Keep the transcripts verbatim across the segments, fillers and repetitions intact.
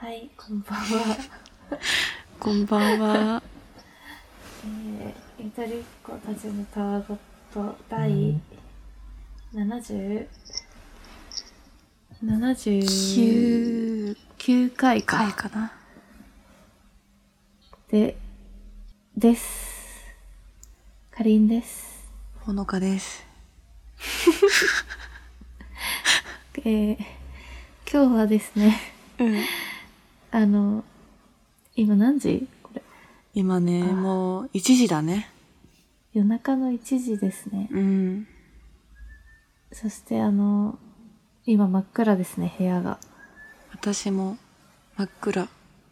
はい、こんばんは。 こんばんは。 えー、ゆとりっ子たちのたわごと第ななじゅう、ななじゅうきゅうかいか。 回かな。 で、です。かりんです。 ほのかです。 えー、今日はですね、 うん。 あの、今何時これ。 今ね、もういちじだね。 夜中のいちじですね。 うん。 そしてあの、今真っ暗ですね、部屋が。 私も真っ暗。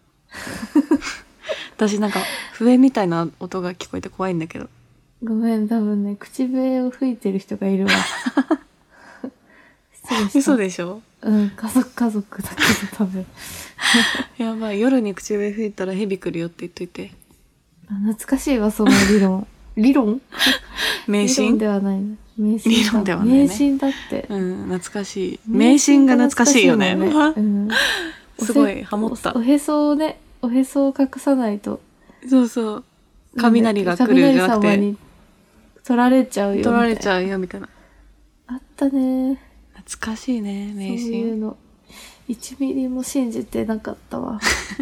私なんか笛みたいな音が聞こえて怖いんだけど。 ごめん、多分ね、口笛を吹いてる人がいるわ。失礼した。 嘘でしょ？ うん、家族家族だけど多分。 やばい、夜に口笛吹いたら蛇来るよって言っといて。 懐かしいわ、その理論。理論迷信？ 理論ではないね。迷信だ。 理論ではないね。 迷信だって。 うん、懐かしい。迷信が懐かしいよね。 ね、うん、 すごい、ハモった。 おへそをね、おへそを隠さないと。 そうそう。雷が来るじゃなくて。 雷様に取られちゃうよみたいな。 取られちゃうよみたいな。 あったね。 懐かしいね、迷信。 そういうの。いちミリも信じてなかったわ。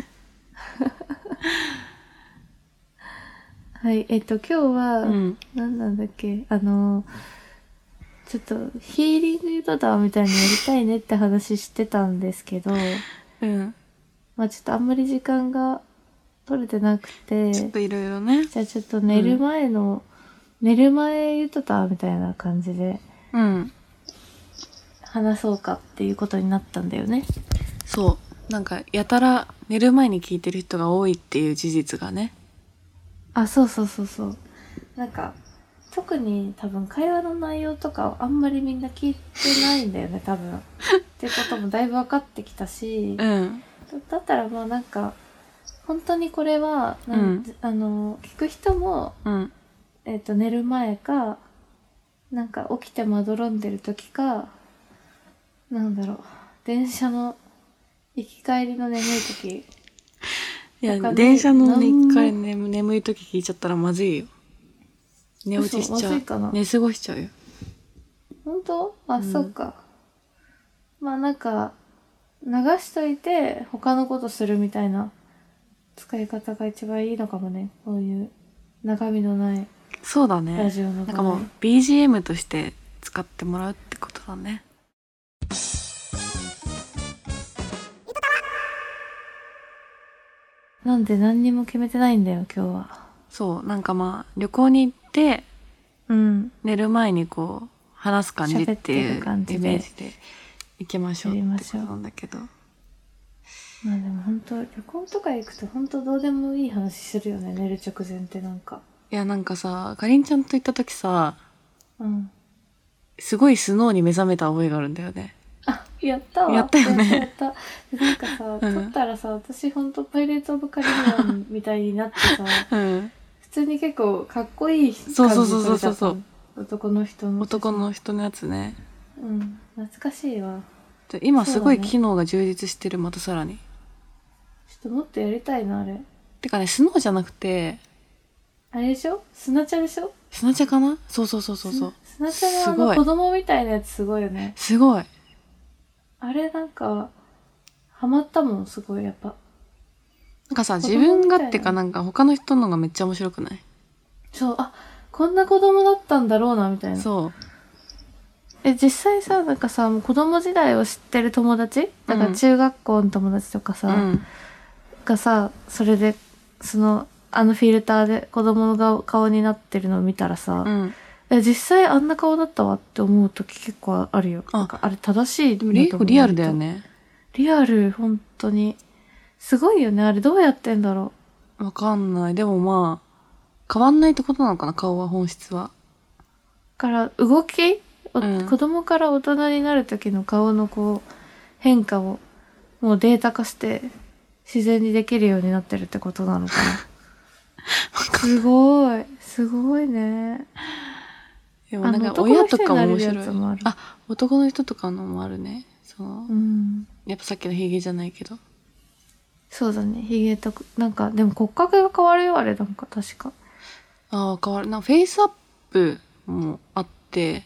はい、えっと今日は、うん、何なんだっけ、あのちょっとヒーリングユタタみたいにやりたいねって話してたんですけど、 うん、 まあちょっとあんまり時間が取れてなくて、 ちょっといろいろね。 じゃあちょっと寝る前の、うん、寝る前ユタタみたいな感じで、 うん、 話そうかっていうことになったんだよね。 そう、なんかやたら寝る前に聞いてる人が多いっていう事実がね。 あ、そうそうそうそう。なんか特に多分会話の内容とかあんまりみんな聞いてないんだよね多分。ってこともだいぶ分かってきたし、 うん、 だったらまあなんか本当にこれはなん、うん、あの聞く人も、 うん、 えっと寝る前かなんか起きてまどろんでる時かなんだろう電車の行き帰りの眠い時。 いや電車の行き帰りの眠、眠い時聞いちゃったらまずいよ。寝落ちしちゃう。かな、寝過ごしちゃうよ。 本当？あ、うん、そうか。まあなんか流しといて他のことするみたいな使い方が一番いいのかもね。こういう中身のないそうだね。 ラジオの場合。 なんかもう ビージーエム として使ってもらうってことだね。 なんで何にも決めてないんだよ今日は。 そう、なんかまあ旅行に行って、 うん、 寝る前にこう話す感じっていうイメージで行きましょうってことなんだけど。 まあでも本当旅行とか行くと本当どうでもいい話するよね、寝る直前ってなんか。 いやなんかさ、かりんちゃんと行った時さ、 うん、 すごいスノーに目覚めた覚えがあるんだよね。 あ、やったわ。 やったよね。 やったやった。なんかさ、うん、撮ったらさ、私ほんとパイレーツ・オブ・カリビアンみたいになってさ、うん、普通に結構かっこいい感じで撮れちゃった。そうそうそうそう。男の人の。 男の人のやつね。 うん、懐かしいわ。 今すごい機能が充実してる、またさらに。 ちょっともっとやりたいな、あれ。 てかね、スノーじゃなくて、 あれでしょ？砂茶でしょ？ 砂茶かな？そうそうそうそうそう。 砂茶のあの子供みたいなやつすごいよね。 すごい。 あれなんか、ハマったもん、すごい、やっぱ。 なんかさ、自分がってかなんか他の人のがめっちゃ面白くない？ そう、あ、こんな子供だったんだろうな、みたいな。 そう。 え、実際さ、なんかさ、もう子供時代を知ってる友達？だから中学校の友達とかさ、うん、がさ、それで、その、あのフィルターで子供の顔になってるのを見たらさ、うん、え実際あんな顔だったわって思う時結構あるよ。あ、なんかあれ正しい。 でもリリアルだよね。 リアル、本当に。すごいよね。あれどうやってんだろう。わかんない。でもまあ、変わんないってことなのかな、顔は、本質は。 から動き、うん、子供から大人になる時の顔のこう変化をもうデータ化して自然にできるようになってるってことなのかな。すごいすごいね。 でもなんか親とかも面白い。あ、あ、男の人とかのもあるね。そう、うん、やっぱさっきのヒゲじゃないけど。 そうだね、ヒゲとか、なんか、でも骨格が変わるよ、あれ、なんか、確か。 ああ、変わる。なんかフェイスアップもあって、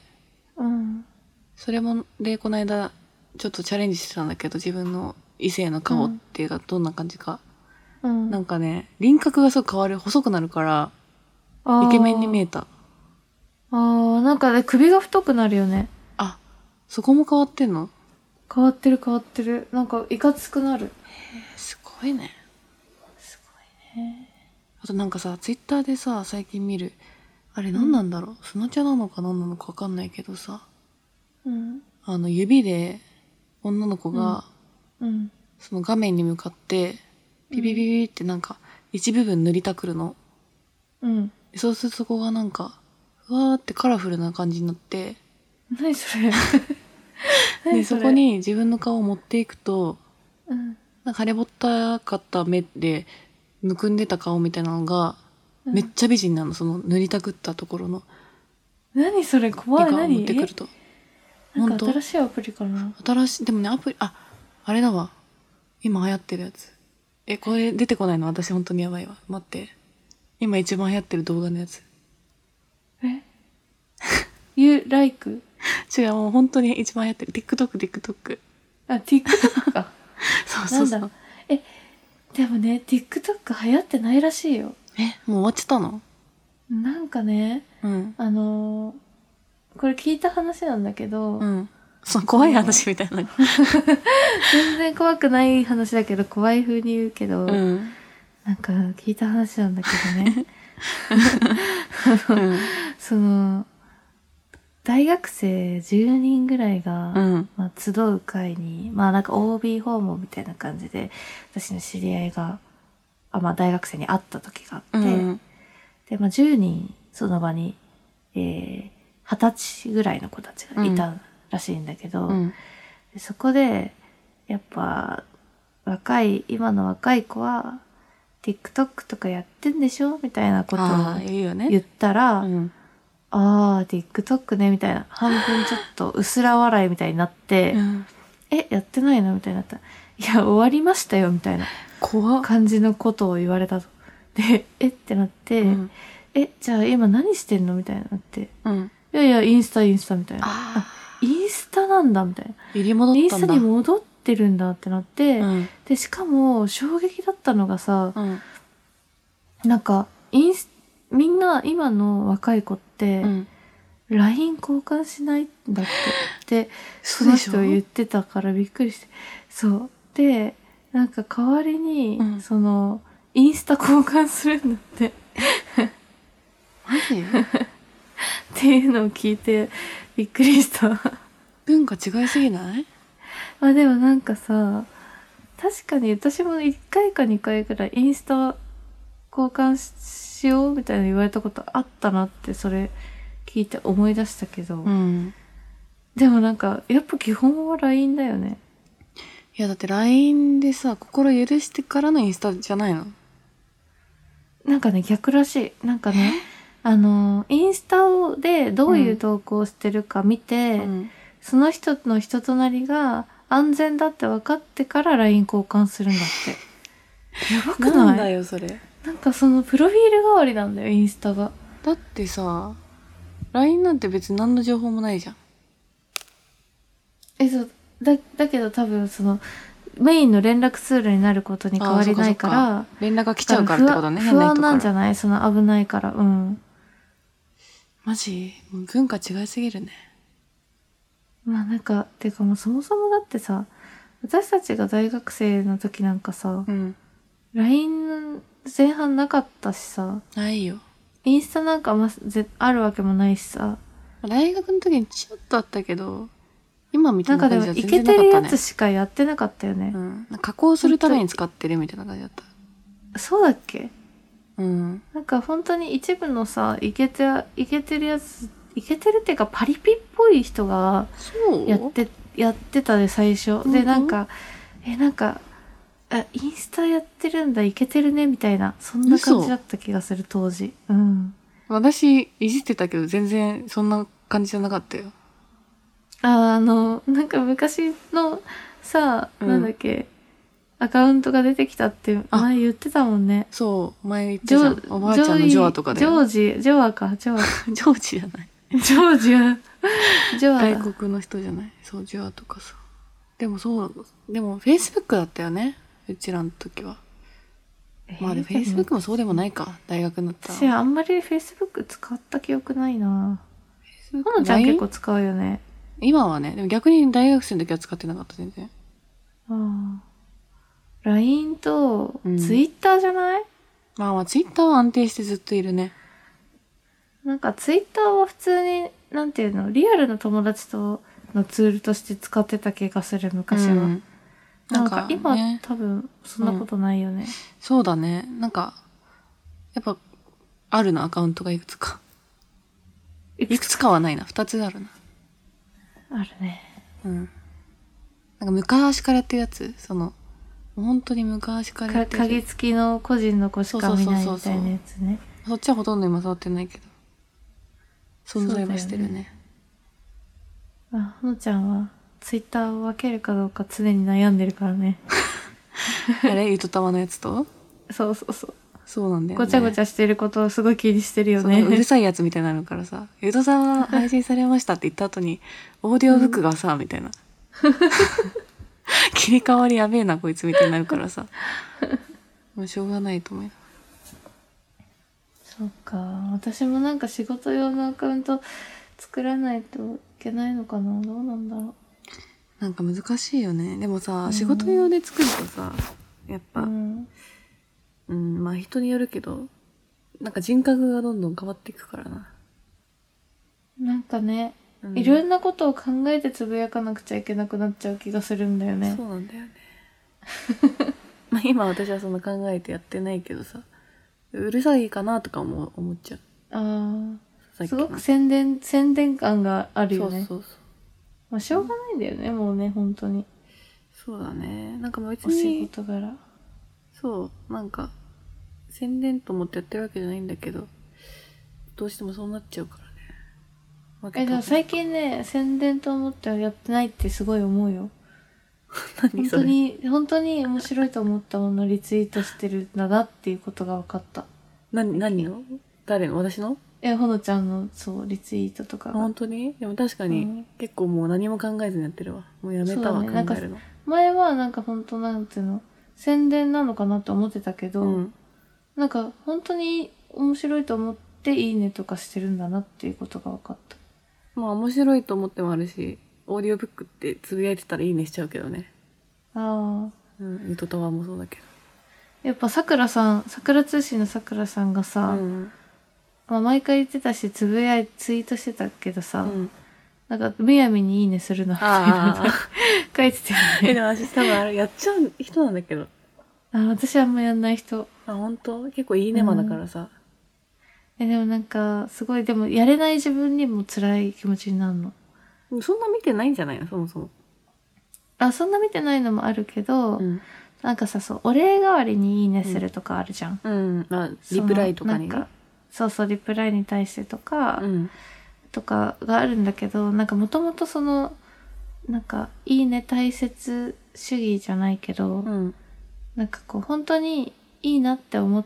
うん。 それも、で、この間、ちょっとチャレンジしてたんだけど、自分の異性の顔っていうか、どんな感じか。うん。なんかね、輪郭がすごく変わる、細くなるから、イケメンに見えた。 ああ、なんかね、首が太くなるよね。 あ、そこも変わってんの？ 変わってる変わってる。なんか、いかつくなる。へえ、すごいね。 すごいね。 あとなんかさ、ツイッターでさ、最近見る、あれ何なんだろう、うん、スナチャなのか何なのか分かんないけどさ、うん、あの、指で女の子が、うんうん、その画面に向かって、ピピピピってなんか、一部分塗りたくるの。うん。そうするとそこがなんか、ふわーってカラフルな感じになって、 何それで、そこに自分の顔を持っていくと、うん、なんか腫れぼったかった目で、むくんでた顔みたいなのが、うん、めっちゃ美人なの、その塗りたくったところの。 何それ、怖い。何？ 持ってくると。 なんか新しいアプリかな？ 新しい、でもね、アプリ、あ、あれだわ。今流行ってるやつ。え、これ出てこないの？私本当にやばいわ。待って。今一番流行ってる動画のやつ。 え？You like？ 違う、もう本当に一番流行ってる。TikTok、TikTok。 あ、TikTok か。 そうそうそう。なんだ。 え、でもね、TikTok 流行ってないらしいよ。 え、もう終わっちゃったの？ なんかね、うん、あのー、これ聞いた話なんだけど、うん、 そう、怖い話みたいな。 全然怖くない話だけど、怖い風に言うけど、うん、なんか聞いた話なんだけどね。うん、その、大学生じゅうにんぐらいが、うんまあ、集う会に、まあなんか オービー 訪問みたいな感じで、私の知り合いが、あまあ大学生に会った時があって、うん、で、まあじゅうにんその場に、えー、はたちぐらいの子たちがいたらしいんだけど、うん、でそこで、やっぱ、若い、今の若い子は、TikTok とかやってんでしょみたいなことを言ったら、あー、TikTok ね、みたいな。半分ちょっと薄ら笑いみたいになって、うん、え、やってないのみたいになったら、いや、終わりましたよ、みたいな感じのことを言われたと。で、えってなって、うん、え、じゃあ今何してんのみたいになって、うん、いやいや、インスタ、インスタ、みたいな。あ、インスタなんだ、みたいな。 入り戻ったんだ。 インスタに戻ってるんだってなって、うん、で、しかも、衝撃だったのがさ、うん、なんか、インスタ、みんな今の若い子って、うん、ライン 交換しないんだってってその人言ってたからびっくりして、そうでなんか代わりに、うん、そのインスタ交換するんだってマジっていうのを聞いてびっくりした文化違いすぎない？ あでもなんかさ確かに私もいっかいかにかいぐらいインスタ交換しようみたいな言われたことあったなってそれ聞いて思い出したけど、うん、でもなんかやっぱ基本は ライン だよね。 いやだって ライン でさ心許してからのインスタじゃないの？ なんかね逆らしい。なんかねあのインスタでどういう投稿をしてるか見て、うん、その人の人となりが安全だって分かってから ライン 交換するんだってやばくない？ なんだよそれ。 なんかそのプロフィール代わりなんだよインスタが。 だってさ ライン なんて別に何の情報もないじゃん。 えそうだだけど多分そのメインの連絡ツールになることに変わりないから連絡が来ちゃうからってことね。 不安なんじゃない？その危ないから。うん。 マジもう文化違いすぎるね。 まあなんかてかもうそもそもだってさ私たちが大学生の時なんかさ、うん、ライン 前半なかったしさ。 ないよ。 インスタなんかまあるわけもないしさ。 大学の時にちょっとあったけど今みたいな感じじゃ全然なかったね。 なんかでもイケてるやつしかやってなかったよね。 うん。加工するために使ってるみたいな感じだった。 そうだっけ？うん。なんか本当に一部のさ、イケて、イケてるやつ、イケてるっていうかパリピっぽい人がやって、やってたで最初。で、なんか、え、なんか、あ、インスタやってるんだ、イケてるね、みたいな。そんな感じだった気がする、当時。うん。 私、いじってたけど全然そんな感じじゃなかったよ。 ああのなんか昔のさ、うん、なんだっけアカウントが出てきたって前言ってたもんね。 そう前言ってたじゃん。おばあちゃんのジョアとかでジョージジョアかジョアジョージじゃないジョージはジョア外国の人じゃない。そうジョアとかさ。でもそうでもフェイスブックだったよねうちらの時は。まあでフェイスブックもそうでもないか大学になったら。 私あんまりフェイスブック使った記憶ないな。ほのちゃん結構使うよね。 今はね。でも逆に大学生の時は使ってなかった全然。 ああ。ライン とツイッターじゃない、うん、 まあまあツイッターは安定してずっといるね。 なんかツイッターは普通になんていうのリアルな友達とのツールとして使ってた気がする昔は。うん、なんか今、ね、多分そんなことないよね、うん。 そうだね。なんかやっぱあるなアカウントがいくつか。いくつかはないな。二つあるな。 あるね。 うん。なんか昔からやってるやつその本当に昔からやってる。 鍵付きの個人の子しか見ないみたいなやつね。 そっちはほとんど今触ってないけど。存在はしてるね。ねあ、ほのちゃんはツイッターを分けるかどうか常に悩んでるからね。 あれゆとたまのやつとそうそうそう。 そうなんだよね。 ごちゃごちゃしてることをすごい気にしてるよね。 うるさいやつみたいになるからさ、ゆとさんは配信されましたって言った後に、オーディオブックがさ、うん、みたいな。切り替わりやべえな、こいつみたいになるからさ。もうしょうがないと思う。 そうか。私もなんか仕事用のアカウント作らないといけないのかな。どうなんだろう。 なんか難しいよね。でもさ、うん、仕事用で作るとさ、やっぱ、うんうん、まあ人によるけど、なんか人格がどんどん変わっていくからな。 なんかね、うん、いろんなことを考えてつぶやかなくちゃいけなくなっちゃう気がするんだよね。 そうなんだよね。まあ今私はそんな考えてやってないけどさ、うるさいかなとかも思っちゃう。 ああ、すごく宣伝、宣伝感があるよね。そうそうそう。まあしょうがないんだよね、うん、もうね、本当に。 そうだね。なんか別に。 お仕事柄。 そう、なんか、宣伝と思ってやってるわけじゃないんだけど、どうしてもそうなっちゃうからね。 え、でも最近ね、宣伝と思ってやってないってすごい思うよ。 何それ？ 本当に、本当に面白いと思ったものをリツイートしてるんだなっていうことが分かった。 何、何の？誰の？私の？ え、ほのちゃんの、そう、リツイートとかが。 本当に？でも確かに、うん、結構もう何も考えずにやってるわ。もうやめたわ、ね、考えるの。 前はなんか本当なんていうの、宣伝なのかなって思ってたけど、うん、なんか本当に面白いと思っていいねとかしてるんだなっていうことが分かった。 まあ面白いと思ってもあるし、オーディオブックってつぶやいてたらいいねしちゃうけどね。 ああ。 うん、ゆとたわもそうだけど。 やっぱさくらさん、さくら通信のさくらさんがさ、うん、まあ毎回言ってたし、つぶやい、ツイートしてたけどさ、うん、なんかむやみにいいねするなみたいな書いてたよね。 え、でも私多分あれやっちゃう人なんだけど。 あ、私あんまやんない人。 あ、本当？結構いいねまだからさ。 うん、え、でもなんか、すごい、でもやれない自分にも辛い気持ちになるの。 そんな見てないんじゃないのそもそも。 あ、そんな見てないのもあるけど、うん、なんかさ、そう、お礼代わりにいいねするとかあるじゃん。 うん。うん、まあ、リプライとかにね。 そうそう、リプライに対してとか、うん、とかがあるんだけど、なんかもともとその、なんか、いいね大切主義じゃないけど、うん、なんかこう、本当にいいなって思った、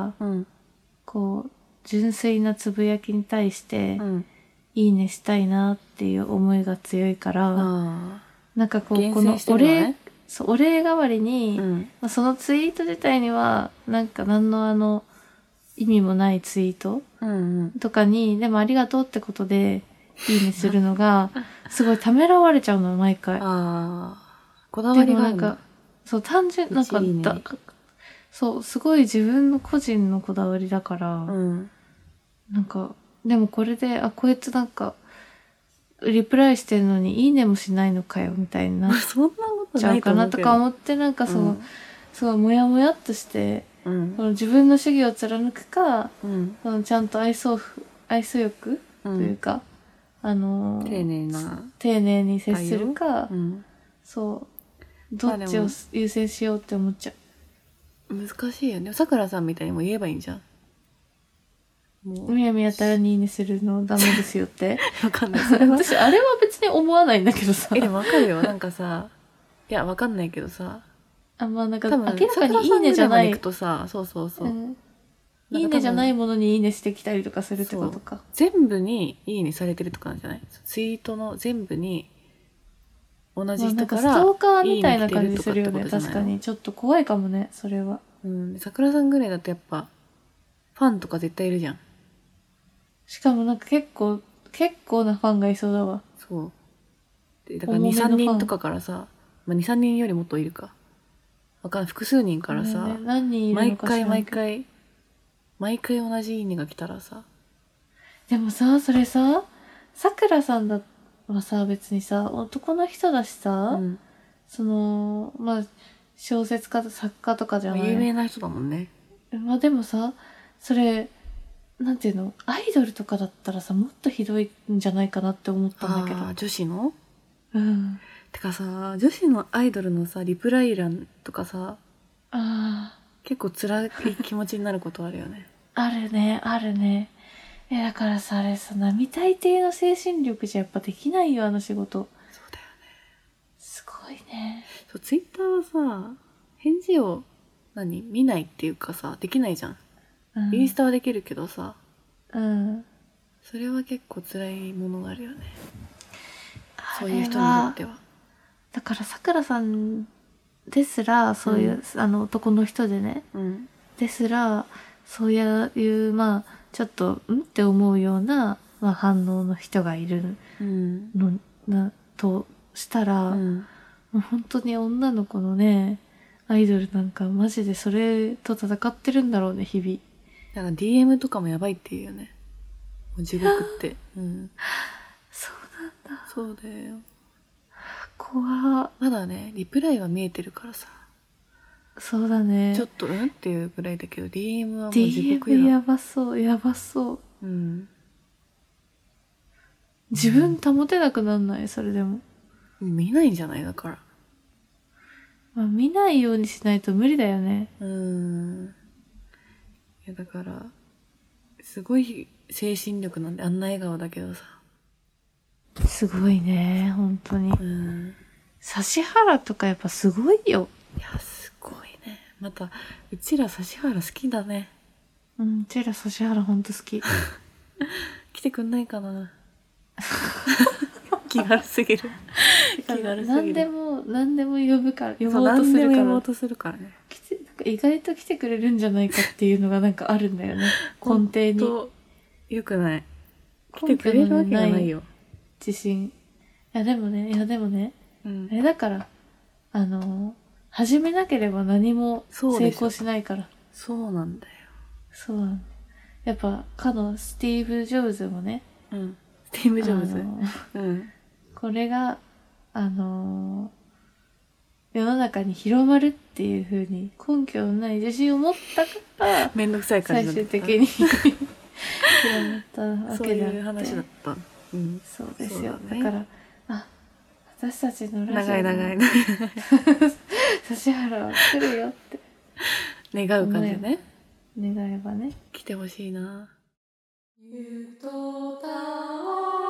うん、こう、純粋なつぶやきに対して、うん、いいねしたいなっていう思いが強いから、なんかこう、このお礼、そう、お礼代わりに、うんまあ、そのツイート自体には、なんか何のあの、意味もないツイート、うんうん、とかに、でもありがとうってことで、いいねするのが、すごいためらわれちゃうの、毎回。ああ。こだわりがあるんだ。 なんか、そう、単純、なんか、ね、だそう、すごい自分の個人のこだわりだから、うん、なんか、でもこれで、あ、こいつなんか、リプライしてるのにいいねもしないのかよ、みたいになっちゃうかなとか思って、なんかそう、うん、すごいもやもやっとして、うん、この自分の主義を貫くか、うん、そのちゃんと愛想、愛想よく、というか、あのー、丁寧な。 丁寧に接するか、うん、そう、どっちを優先しようって思っちゃう。難しいよね。さくらさんみたいにも言えばいいんじゃん。 もうむやみやたらにいいねするのダメですよってわかんない。それは私あれは別に思わないんだけどさ。 えでもわかるよ。なんかさ、いやわかんないけどさ、 あ、まあなんか多分明らかにいいねじゃない。 行くとさ、そうそうそう。うん、 いいねじゃないものにいいねしてきたりとかするってことか。 全部にいいねされてるとかなんじゃない？ツイートの全部に同じ人から、まあ、 ストーカーみたいな感じするよね。確かにちょっと怖いかもね、それは。 うん。桜さんぐらいだとやっぱファンとか絶対いるじゃん。 しかもなんか結構結構なファンがいそうだわ。 そう。でだからに、さんにんとかからさ、まあ、に、さんにんよりもっといるか。わかんない。複数人からさ、ね、 何人いるのか毎回毎回毎回同じいいねが来たらさ。 でもさ、それさ、さくらさんだはさ、別にさ、男の人だしさ、うん、その、まあ、小説家と作家とかじゃない。 まあ、有名な人だもんね。 まあでもさ、それ、なんていうの、アイドルとかだったらさ、もっとひどいんじゃないかなって思ったんだけど。 ああ、女子の？ うん。 てかさ、女子のアイドルのさ、リプライ欄とかさ、 あ結構辛い気持ちになることあるよね。 あるね、あるね。え、だからさ、あれさ、並大抵の精神力じゃやっぱできないよ、あの仕事。 そうだよね。 すごいね。 そう、ツイッターはさ、返事を、何見ないっていうかさ、できないじゃん。うん、インスタはできるけどさ。うん。それは結構辛いものがあるよね。そういう人にとっては。 だからさくらさんですら、そういう、うん、あの男の人でね、うん、ですら、そういう、まあ、ちょっと、んって思うような、まあ、反応の人がいるの、うん、な、としたら、うん、もう本当に女の子のね、アイドルなんかマジでそれと戦ってるんだろうね、日々。 だから ディーエム とかもやばいっていうよね。もう地獄って。うん。 そうなんだ。 そうだよ。 怖っ。 まだね、リプライは見えてるからさ。 そうだね。 ちょっとうんっていうぐらいだけど ディーエム はもう地獄よ。 ディーエム やばそうやばそう。うん。自分保てなくなんない？それでも。 見ないんじゃない？だから。 まあ見ないようにしないと無理だよね。 うん。いやだからすごい精神力なんであんな笑顔だけどさ。 すごいね本当に。うん。指原とかやっぱすごいよ。 いやすごいね。またうちら指原好きだね。 うん、うちら指原ほんと好き。 来てくんないかな。気軽すぎる。 気軽すぎる。何でも何でも呼ぶから呼ぼうとするから。 呼ぼうとするからね。 来てなんか意外と来てくれるんじゃないかっていうのがなんかあるんだよね。根底に。 よくない。来てくれるわけがないよ。 自信。いやでもねいやでもね、うん、あれだからあの始めなければ何も成功しないから。 そうなんだよ。 そうなんだよ。やっぱかのスティーブ・ジョブズもね。 うん。スティーブ・ジョブズ。うん。 これがあの世の中に広まるっていう風に根拠のない自信を持ったからめんどくさい感じ最終的に広まったわけであって。そういう話だった。うん。 そうですよ。だ, ね、だからあ私たちのラジオ長い長い指原は来るよって願う感じね。 願えばね。 来てほしいな。 ゆとたわ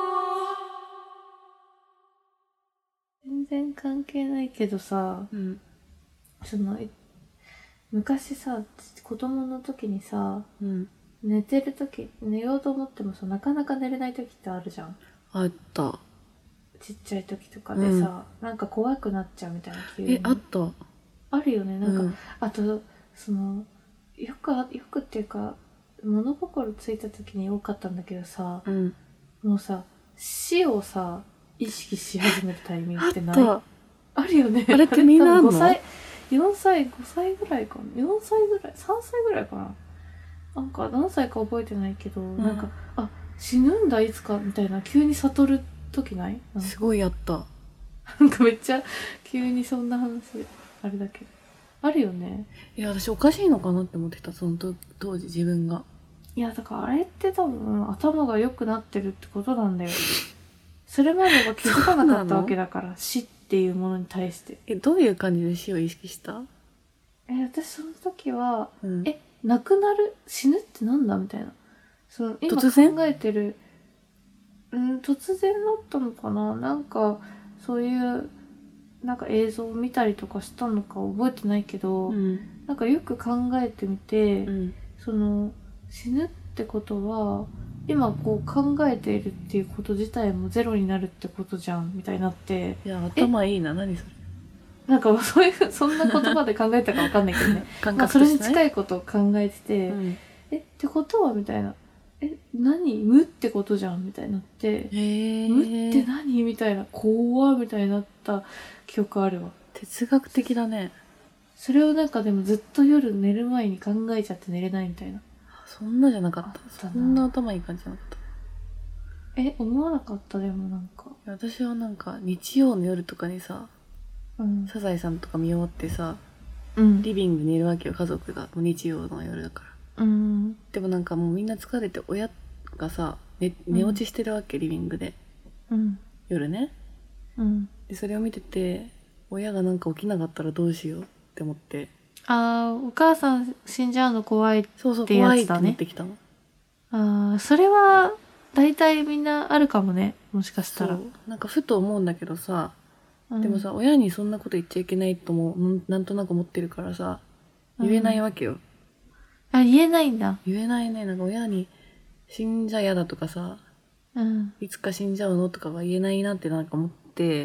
全然関係ないけどさ、うん、その昔さ子供の時にさ、うん、寝てる時寝ようと思ってもさなかなか寝れない時ってあるじゃん。 あった。 ちっちゃい時とかでさ、うん、なんか怖くなっちゃうみたいな急に。 えあった。 あるよねなんか、うん、あとそのよくよくっていうか物心ついた時に多かったんだけどさ、うん、もうさ死をさ意識し始めるタイミングってない？ あ, あるよね。 あれってみんなあんの？ ごさいよんさいごさいぐらいかなよんさいぐらいさんさいぐらいかななんか何歳か覚えてないけど、うん、なんかあ死ぬんだいつかみたいな急に悟る時ない？ すごいやった。 なんかめっちゃ急にそんな話あれだけどあるよね。 いや私おかしいのかなって思ってたその当時自分が。 いやだからあれって多分頭が良くなってるってことなんだよ。それまでは気づかなかったわけだから死っていうものに対して。 えどういう感じで死を意識した？ え私その時は、うん、え亡くなる死ぬってなんだみたいなその今考えてるうん突然だったのかななんかそういうなんか映像を見たりとかしたのか覚えてないけど、 うん、 なんかよく考えてみて、 うん、 その死ぬってことは今こう考えているっていうこと自体もゼロになるってことじゃんみたいになって、 いや頭いいな、何それ。 なんかそういうそんな言葉で考えたかわかんないけどね感まあそれに覚としてね。 近いことを考えてて、 うん、 えってことはみたいな、え何無ってことじゃんみたいになって、 へ無ってえ。 何みたいな、怖みたいになった記憶あるわ。 哲学的だね。 それをなんかでもずっと夜寝る前に考えちゃって寝れないみたいな。 そんなじゃなかった。 ったなそんな頭いい感じじゃなかった。 え思わなかった。でもなんか私はなんか日曜の夜とかにさ、 うん、 サザエさんとか見終わってさ、 うん、 リビングにいるわけよ、家族が。もう日曜の夜だから。 うん、 でもなんかもうみんな疲れて、親がさ、寝、寝落ちしてるわけ、リビングで。 うん、 夜ね。 うん。 で、それを見てて、親がなんか起きなかったらどうしようって思って。 あーお母さん死んじゃうの怖いってそうそう、 や怖いってつだね。 なってきたの。 ああそれは大体みんなあるかもね、もしかしたら。 そう。なんかふと思うんだけどさ、 うん、 でもさ、親にそんなこと言っちゃいけないともなんなんとなく思ってるからさ、言えないわけよ。 うん、あ言えないんだ。 言えないね。なんか親に死んじゃ嫌だとかさ、 うん。 いつか死んじゃうのとかは言えないなってなんか思って、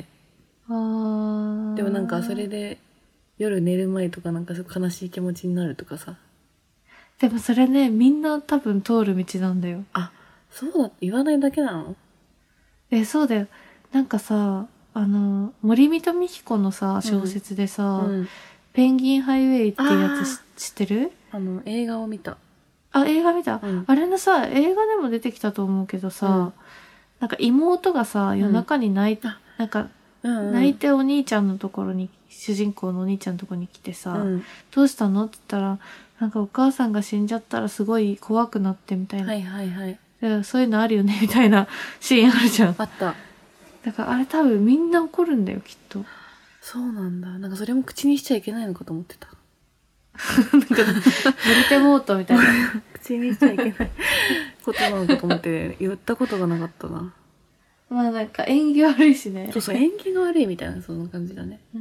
あーでもなんかそれで夜寝る前とかなんかすごい悲しい気持ちになるとかさ。 でもそれねみんな多分通る道なんだよ。 あ、そうだって言わないだけなの？ えそうだよ。なんかさあの森見と美彦のさ小説でさ、 うんうん、 ペンギンハイウェイってやつ知ってる？ あの映画を見た。 あ映画見た、 うん、 あれのさ映画でも出てきたと思うけどさ、うん、なんか妹がさ夜中に泣いて、うん、なんか、うんうん、泣いてお兄ちゃんのところに主人公のお兄ちゃんのところに来てさ、うん、どうしたのって言ったらなんかお母さんが死んじゃったらすごい怖くなってみたいな、 はいはいはい、 そういうのあるよねみたいなシーンあるじゃん。 あった。 だからあれ多分みんな怒るんだよきっと。 そうなんだ。なんかそれも口にしちゃいけないのかと思ってた。 なんかブリテモートみたいな口にしちゃいけないことなのかと思って言ったことがなかったな。 まあなんか縁起悪いしね。 そうそう、縁起が悪いみたいなそんな感じだね。 うん、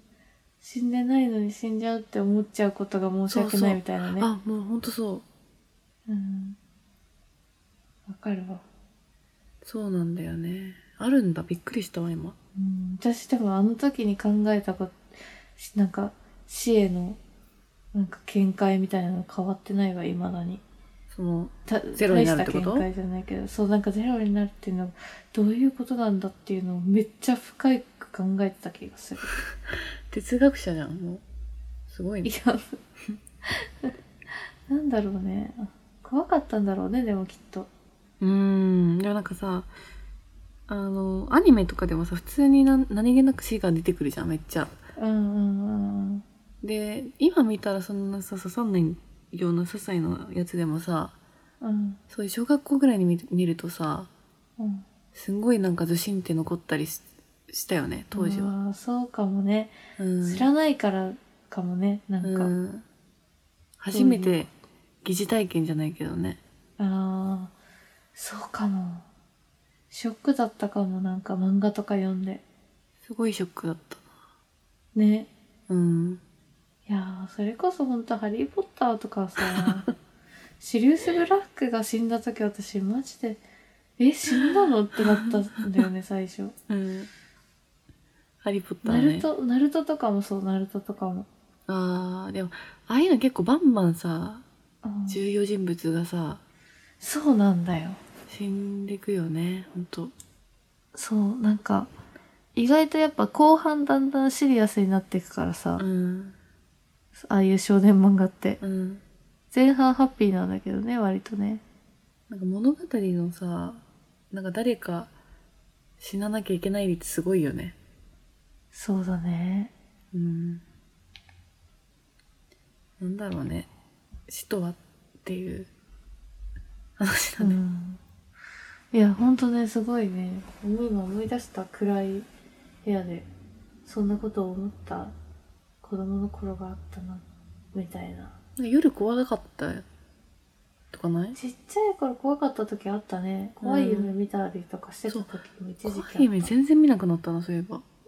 死んでないのに死んじゃうって思っちゃうことが申し訳ないみたいなね。 そうそう、あ、もうほんとそう。 うん。わかるわ。 そうなんだよね。あるんだ。びっくりしたわ今。 うん、私でもあの時に考えたことなんか死へのなんか見解みたいなの変わってないわ未だに。 そのゼロになるってこと？ 大した見解じゃないけど、そうなんかゼロになるっていうのはどういうことなんだっていうのをめっちゃ深く考えてた気がする。 哲学者じゃんもう。すごいね。いやなんだろうね。怖かったんだろうねでもきっと。 うーん。でもなんかさ、あのアニメとかでもさ普通にな何気なく死が出てくるじゃんめっちゃ。 うんうんうん。 で今見たらそんなさ刺さんないような些細なやつでもさ、 うん、 そういう小学校ぐらいに 見, 見るとさ、 うん、 すんごいなんかずしんって残ったり し, したよね当時は。 あそうかもね、うん、知らないからかもねなんか、うん、 初めて疑似体験じゃないけどね。 ああそうかも。ショックだったかも。なんか漫画とか読んですごいショックだったね。 うんいやそれこそ本当ハリーポッターとかさシリウス・ブラックが死んだ時私マジでえ死んだのってなったんだよね最初。 うんハリーポッターね。 ナルトナルトとかもそうナルトとかも。 あーでもああいうの結構バンバンさ、うん、重要人物がさそうなんだよ死んでくよねほんと。 そうなんか意外とやっぱ後半だんだんシリアスになっていくからさ、 うん、 ああいう少年漫画って、 うん、 前半ハッピーなんだけどね割とね。 なんか物語のさなんか誰か死ななきゃいけない率すごいよね。 そうだね。 うんなんだろうね死とはっていう話だね、うん、 いやほんとねすごいね今思い出した暗い部屋でそんなことを思った子供の頃があったなみたいな。 夜怖かったとかない？ ちっちゃい頃怖かった時あったね。怖い夢見たりとかしてた時も一時期あった、うん、 怖い夢全然見なくなったなそういえば。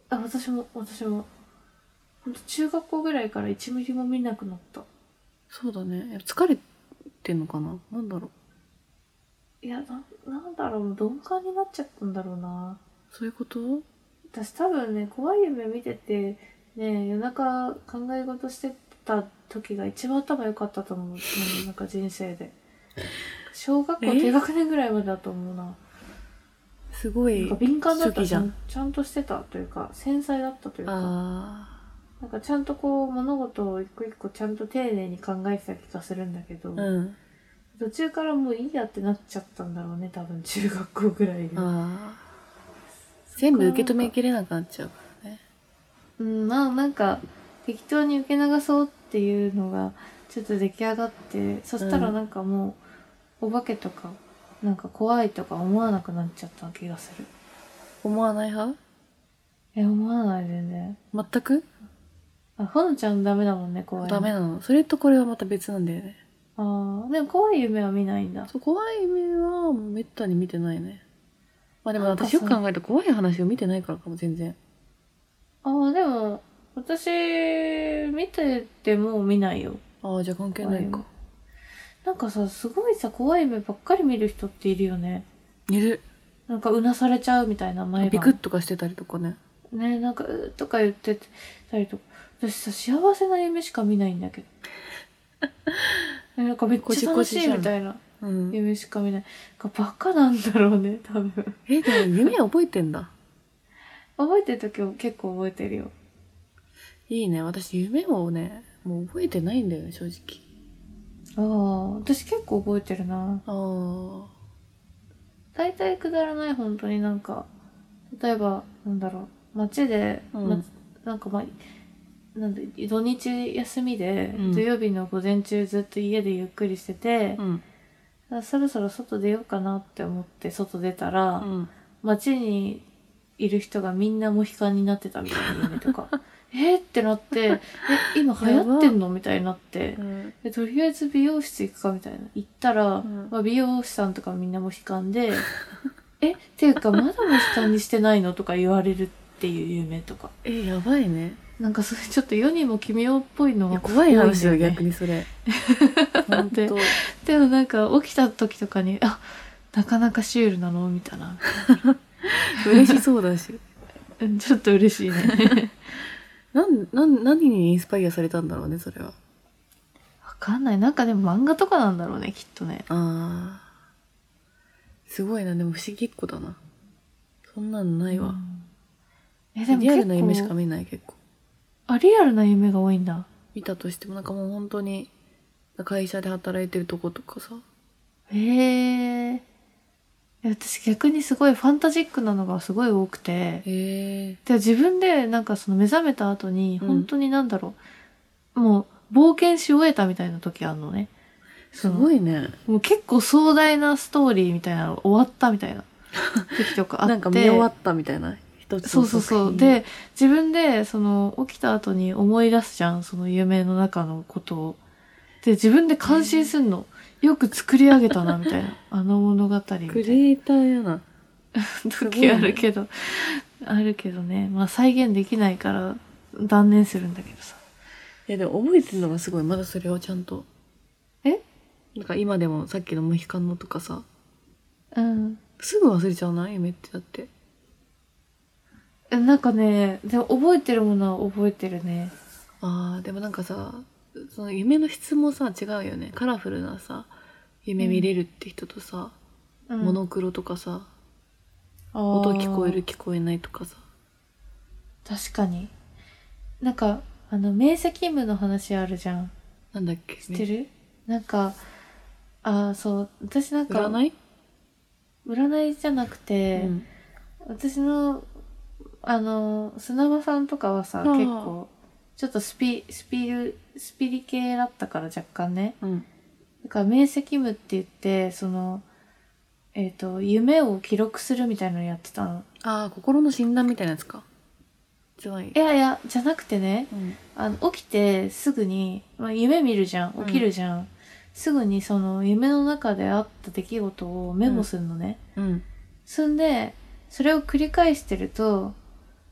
あ、私も私もほんと中学校ぐらいからいちミリも見なくなった。 そうだね。疲れてんのかな、なんだろう。いや、な、なんだろう、鈍感になっちゃったんだろうな。 そういうこと？ 私多分ね、怖い夢見てて、ね、夜中考え事してた時が一番頭良かったと思う。なんか人生で。小学校低学年ぐらいまでだと思うな。 すごい。 なんか敏感だったじゃん。ちゃんとしてたというか、繊細だったというか。 あなんかちゃんとこう、物事を一個一個ちゃんと丁寧に考えてた気がするんだけど、 うん、 途中からもういいやってなっちゃったんだろうね、多分中学校ぐらいで。 あ全部受け止めきれなくなっちゃうからね。 うん、まあなんか適当に受け流そうっていうのがちょっと出来上がって、そしたらなんかもう、お化けとかなんか怖いとか思わなくなっちゃった気がする。 思わない派？ え、思わないでね。 全く？ あ、ほのちゃんダメだもんね、怖いの。 ダメなの。それとこれはまた別なんだよね。 ああ、でも怖い夢は見ないんだ。 そう、怖い夢はもうめったに見てないね。まあでも私よく考えたら怖い話を見てないからかも、全然。 ああ、でも私見てても見ないよ。 ああ、じゃあ関係ないか。 なんかさ、すごいさ、怖い夢ばっかり見る人っているよね。 いる。 なんかうなされちゃうみたいな、毎晩ビクッとかしてたりとかね。 ね、なんかうーとか言ってたりとか。私さ、幸せな夢しか見ないんだけど。なんかめっちゃ楽しいみたいな夢しか見ない。うん、バカなんだろうね、多分。 え、でも夢覚えてんだ。 覚えてる時は結構覚えてるよ。 いいね。私夢をね、もう覚えてないんだよね、正直。 ああ、私結構覚えてるな。 ああ。 大体くだらない、本当になんか、例えば、なんだろう、街で、うんま、なんかまあ、なんで土日休みで、うん、土曜日の午前中ずっと家でゆっくりしてて、うん、そろそろ外出ようかなって思って外出たら、うん、街にいる人がみんなモヒカンになってたみたいな夢とかえーってなってえ今流行ってんのみたいになって、うん、でとりあえず美容室行くかみたいな行ったら、うんまあ、美容師さんとかみんなモヒカンでえっていうかまだモヒカンにしてないのとか言われるっていう夢とかえやばいね。なんかそれちょっと世にも奇妙っぽいのが怖い話よ、逆にそれ本当でもなんか起きた時とかにあなかなかシュールなのみたいな嬉しそうだしちょっと嬉しいねなんなん何にインスパイアされたんだろうね、それは。 わかんない。なんかでも漫画とかなんだろうね、きっとね。 ああすごいな。でも不思議っ子だな。そんなのないわ、うん、えでもリアルな夢しか見ない。結構あ、リアルな夢が多いんだ。 見たとしてもなんかもう本当に会社で働いてるとことかさ。 へえ。私逆にすごいファンタジックなのがすごい多くて。 へで自分でなんかその目覚めた後に本当になんだろう、うん、もう冒険し終えたみたいな時あるのね。 すごいね。 もう結構壮大なストーリーみたいなの終わったみたいな時とかあって。 なんか見終わったみたいな。 そうそうそう。で、自分で、その、起きた後に思い出すじゃん、その夢の中のことを。で、自分で感心すんの。よく作り上げたな、みたいな。あの物語みたいな。 クリエイターやな。 時あるけど、あるけどね。まあ再現できないから断念するんだけどさ。 いや、でも覚えてるのがすごい。まだそれをちゃんと。 えなんか今でもさっきのモヒカンのとかさ。 うん。 すぐ忘れちゃうな、夢ってだって。 なんかね、でも覚えてるものは覚えてるね。 ああ、でもなんかさ、その夢の質もさ、違うよね。カラフルなさ、夢見れるって人とさ、うん、モノクロとかさ、音聞こえる聞こえないとかさ。 確かに。なんか、あの、明晰夢の話あるじゃん。 なんだっけ知ってる？なんか、ああ、そう、私なんか、 占い？ 占いじゃなくて、うん、私の、あの砂場さんとかはさ、はあ、結構ちょっとスピスピルスピリ系だったから若干ね、うん、だから明晰夢って言ってそのえっ、ー、と夢を記録するみたいなのやってたの。 ああ、心の診断みたいなやつか。じゃない。 いやいやじゃなくてね、うん、あの起きてすぐに、まあ、夢見るじゃん、起きるじゃん、うん、すぐにその夢の中であった出来事をメモするのね。うん。うん、そんでそれを繰り返してると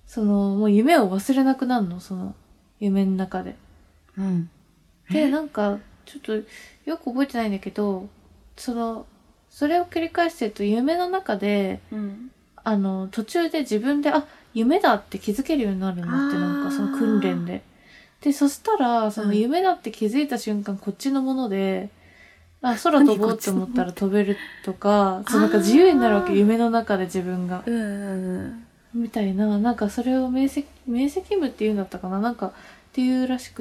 そのもう夢を忘れなくなるの、その夢の中で。 うん。 でなんかちょっとよく覚えてないんだけど、そのそれを繰り返してると夢の中で、 うん、 あの途中で自分であ夢だって気づけるようになるんだって、なんかその訓練で。でそしたらその夢だって気づいた瞬間、こっちのもので、あ空飛ぼうって思ったら飛べるとか、そうなんか自由になるわけ、夢の中で自分が、 うん、 みたいな、なんかそれを明晰明晰夢っていうんだったかな、なんかっていうらしくって、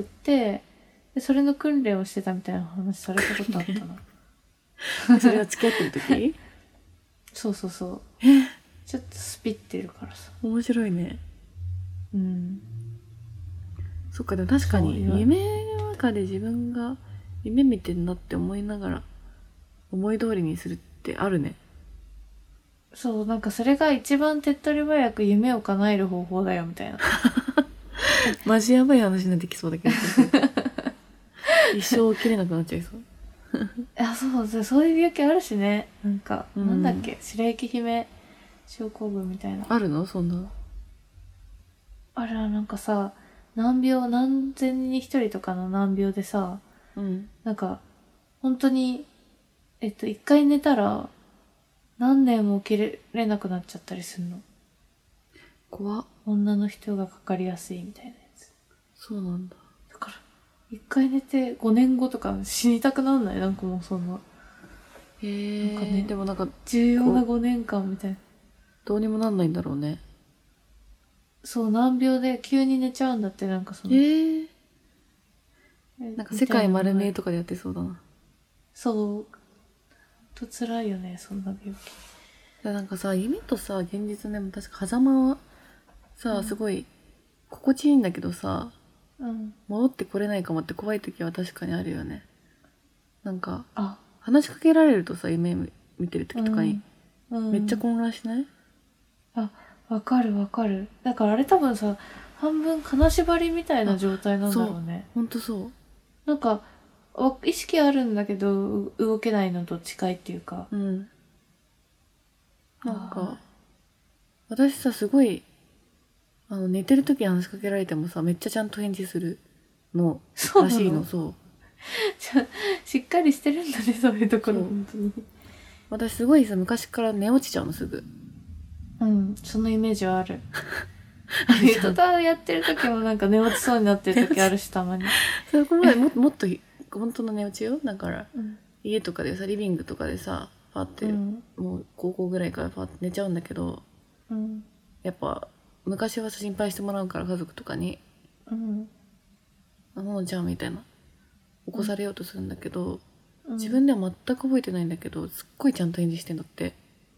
でそれの訓練をしてたみたいな話されたことあったな。 それは付き合ってる時？ そうそうそう。ちょっとスピってるからさ。 面白いね。 うん。 そっか、でも確かに夢の中で自分が夢見てんなって思いながら思い通りにするってあるね。 そう、なんかそれが一番手っ取り早く夢を叶える方法だよみたいな。 マジやばい話になってきそうだけど一生起きれなくなっちゃいそう。 いや、そうそう、そういう病気あるしね。なんか、 うん、 なんだっけ、白雪姫症候群みたいな。 あるの？そんな。 あれはなんかさ、難病、何千人に一人とかの難病でさ、 うん、 なんか本当にえっと一回寝たら何年も起きれなくなっちゃったりするの。 怖っ。 女の人がかかりやすいみたいなやつ。 そうなんだ。 だから一回寝てごねんごとか死にたくなんない？なんかもうそんな。 へえ。なんかね、でもなんか重要なごねんかんみたいな。 どうにもなんないんだろうね。 そう、難病で急に寝ちゃうんだって、なんかその。 へえ。なんか世界丸見えとかでやってそうだな。 そう。と辛いよね、そんな病気。 なんかさ、夢とさ、現実でも確か狭間はさ、うん、すごい心地いいんだけどさ、うん、戻ってこれないかもって怖い時は確かにあるよね。なんか話しかけられるとさ、夢見てる時とかに、うんうん、めっちゃ混乱しない？ あ、わかるわかる。だからあれ多分さ、半分金縛りみたいな状態なんだろうね。 ほんとそう。 なんか意識あるんだけど動けないのと近いっていうか。うん。 なんか私さ、すごいあの寝てる時に話しかけられてもさ、めっちゃちゃんと返事するのらしいの。そう。 じゃしっかりしてるんだね、そういうところ。本当に。 私すごいさ、昔から寝落ちちゃうの、すぐ。 うん、そのイメージはある。ネットタやってる時もなんか寝落ちそうになってる時あるし、たまに。 それこの前ももっと本当の寝落ちよ。だから、うん、家とかでさ、リビングとかでさ、パって、うん、もう高校ぐらいからパって寝ちゃうんだけど、うん、やっぱ昔は心配してもらうから、家族とかに、うん、あのじゃあみたいな起こされようとするんだけど、うん、自分では全く覚えてないんだけど、すっごいちゃんと返事してんだって。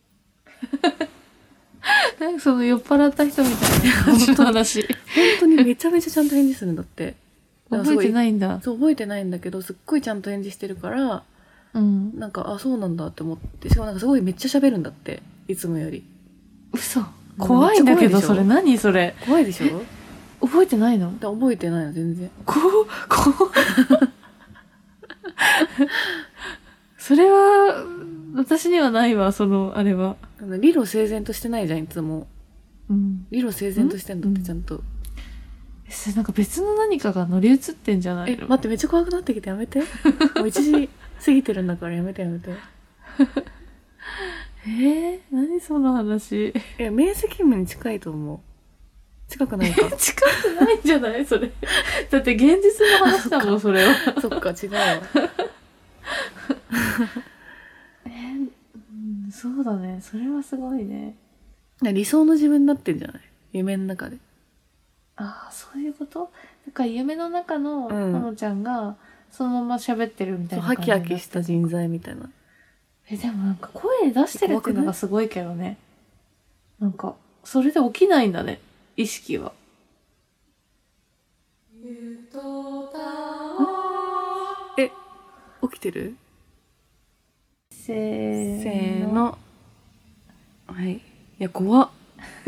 なんかその酔っ払った人みたいな本当話。 本当にめちゃめちゃちゃんと返事するんだって。 覚えてないんだ。 そう、覚えてないんだけど、すっごいちゃんと返事してるから、うん、なんかあ、そうなんだって思って、しかもなんかすごいめっちゃ喋るんだって、いつもより。 嘘。怖いんだけど、それ何それ。 怖いでしょ？ 覚えてないの？ 覚えてないの全然。 ここそれは私にはないわ、そのあれは。 理路整然としてないじゃん、いつも。うん、理路整然としてんだって、ちゃんと。 え、それなんか別の何かが乗り移ってんじゃないの？ え、待って、めっちゃ怖くなってきて、やめて。もういちじ過ぎてるんだから、やめてやめて。 えー、何その話。 え、明晰夢に近いと思う。近くないか。 近くないんじゃない？それ。だって現実の話だもん、それは。 そっか、違うわ。 えーうん、そうだね。それはすごいね。 理想の自分になってんじゃない？夢の中で。 ああ、そういうこと？だから夢の中のほのちゃんがそのまま喋ってるみたいな感じ、 ハキハキした人材みたいな。 え、でもなんか声出してるっていうのがすごいけどね。なんかそれで起きないんだね、意識は。 え、起きてる？ せーの。 せーの。はい。いや、怖っ。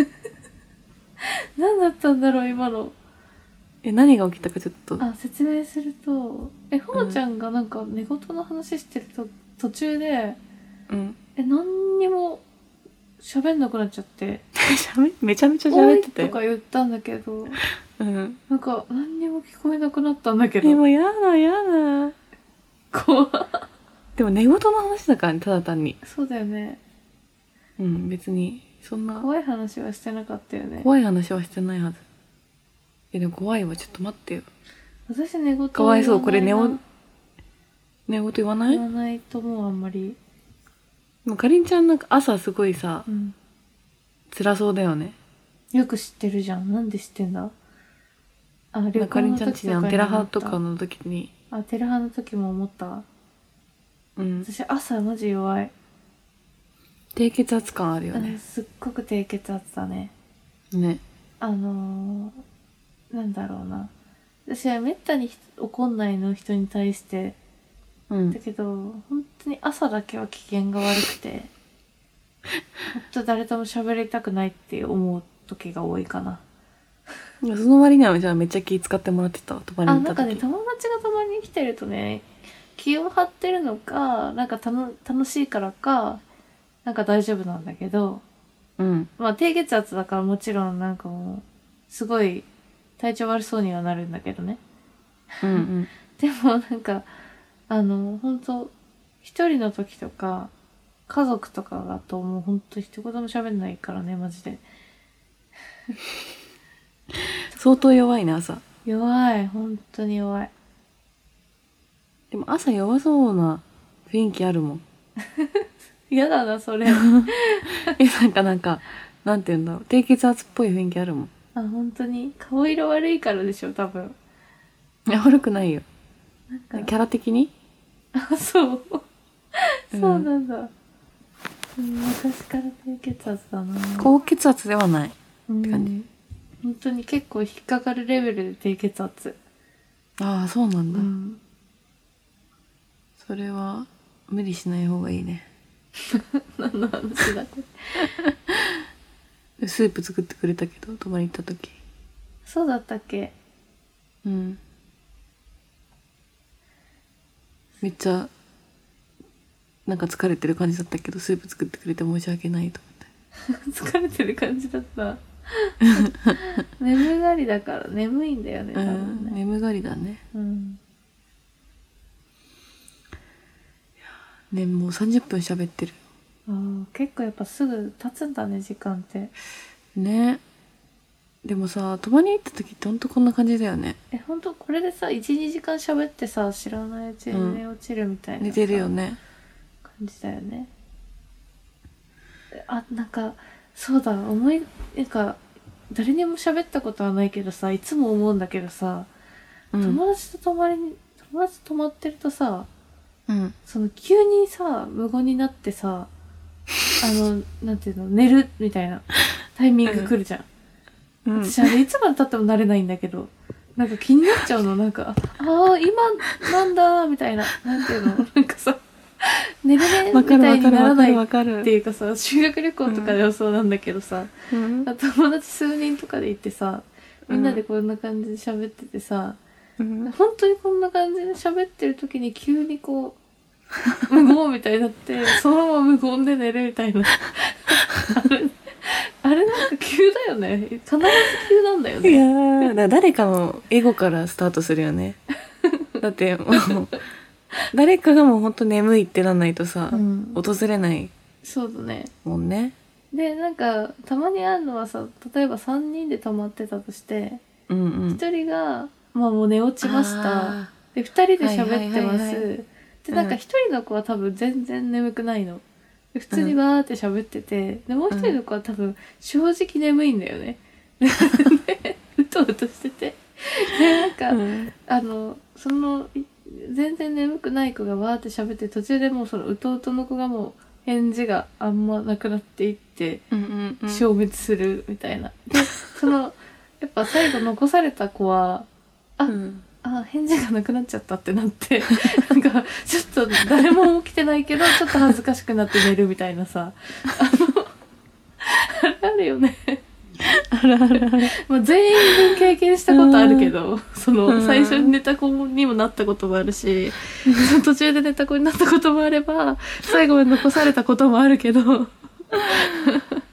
何だったんだろう、今の。 え、何が起きたかちょっと。 あ、説明すると、え、ほのちゃんがなんか寝言の話してると、途中で、うん、え、何にも喋んなくなっちゃってめちゃめちゃ喋ってたよとか言ったんだけど、 うん、 なんか何にも聞こえなくなったんだけど。 でもやだやだ怖っ。 でも寝言の話だからね、ただ単に。 そうだよね。 うん、別にそんな怖い話はしてなかったよね。 怖い話はしてないはず。え、でも怖いわ。ちょっと待ってよ。 私寝言かわいそう。これ寝お寝言言わない？ 言わないと思う、あんまり。 でもかりんちゃんなんか朝すごいさ、 うん、 辛そうだよね。 よく知ってるじゃん。なんで知ってんだ？あ、旅行の時とかかりんちゃんちにテラハとかの時に。 あ、テラハの時も思った。 うん。 私朝マジ弱い。 低血圧感あるよね。 すっごく低血圧だね。 ね。 あのー、なんだろうな。私はめったに怒んないの、人に対して。 うん。 だけど、本当に朝だけは機嫌が悪くて、本当誰とも喋りたくないって思う時が多いかな。 その割にはじゃあめっちゃ気使ってもらってた、泊まりに行った時。 あ、なんかね、友達が泊まりに来てるとね、気を張ってるのか、なんかたの楽しいからか、なんか大丈夫なんだけど、 うん。 まあ低血圧だからもちろんなんかもう、すごい体調悪そうにはなるんだけどね。 うんうん。 でもなんか、あの、本当一人の時とか、家族とかだともう本当一言も喋んないからね、マジで。 相当弱いね、朝。 弱い、本当に弱い。 でも朝弱そうな雰囲気あるもん。 嫌だな、それ。 え、なんかなんか、なんて言うんだろう。低血圧っぽい雰囲気あるもん。 あ、本当に顔色悪いからでしょ、多分。 いや、悪くないよ。 なんかキャラ的に？ あ、そう。そうなんだ。うん、昔から低血圧だな。 高血圧ではない。 うん、 って感じ。 本当に結構引っかかるレベルで低血圧。 ああ、そうなんだ。 うん、 それは無理しない方がいいね。 何の話だこれ。スープ作ってくれたけど、泊まり行った時。 そうだったっけ？ うん。めっちゃなんか疲れてる感じだったけど、スープ作ってくれて申し訳ないと思って疲れてる感じだった眠がりだから眠いんだよね、多分ね。 うん、眠がりだね。 うん。 ね、もうさんじゅっぷん喋ってる。 ああ、結構やっぱすぐ経つんだね、時間って。 ね。でもさ、泊まりに行った時ってほんとこんな感じだよね。 え、ほんとこれでさ、いち、にじかん喋ってさ、知らないうちに寝落ちるみたいな、うん、 寝てるよね。 感じだよね。あ、なんか、そうだ、思い、なんか、誰にも喋ったことはないけどさ、いつも思うんだけどさ、うん、友達と泊まりに、友達と泊まってるとさ、 うん、 その急にさ、無言になってさ、あの、なんていうの、寝るみたいなタイミング来るじゃん。うん、私あれいつまで経っても慣れないんだけど、なんか気になっちゃうの、なんか、ああ、今なんだ、みたいな、なんていうの、なんかさ、寝れねみたいにならないっていうかさ、修学旅行とかではそうなんだけどさ、うん、友達数人とかで行ってさ、みんなでこんな感じで喋っててさ、うん、本当にこんな感じで喋ってる時に急にこう、無言みたいになって、そのまま無言で寝るみたいな。あれ、あれなんか急だよね。必ず急なんだよね。 いやー、だ誰かのエゴからスタートするよね。だってもう、誰かがもうほんと眠いってなんないとさ、うん、訪れないそうだねもんね。 でなんかたまにあるのはさ、例えばさんにんで泊まってたとして、 うんうん、 ひとりが、まあ、もう寝落ちました。でふたりで喋ってます、はいはいはいはい、でなんかひとりの子は多分全然眠くないので普通にバーって喋ってて、うん、でもうひとりの子は多分正直眠いんだよね、うん、でうとうとしててでなんか、うん、あのその全然眠くない子がわーって喋って途中でもうそのうとうとの子がもう返事があんまなくなっていって、 うんうんうん、 消滅するみたいな。でそのやっぱ最後残された子はあ、うん、あ返事がなくなっちゃったってなってなんかちょっと誰も起きてないけどちょっと恥ずかしくなって寝るみたいなさあのあれあるよねあるあるあるまあ全員分経験したことあるけど、その最初に寝た子にもなったこともあるし、その途中で寝た子になったこともあれば最後まで残されたこともあるけど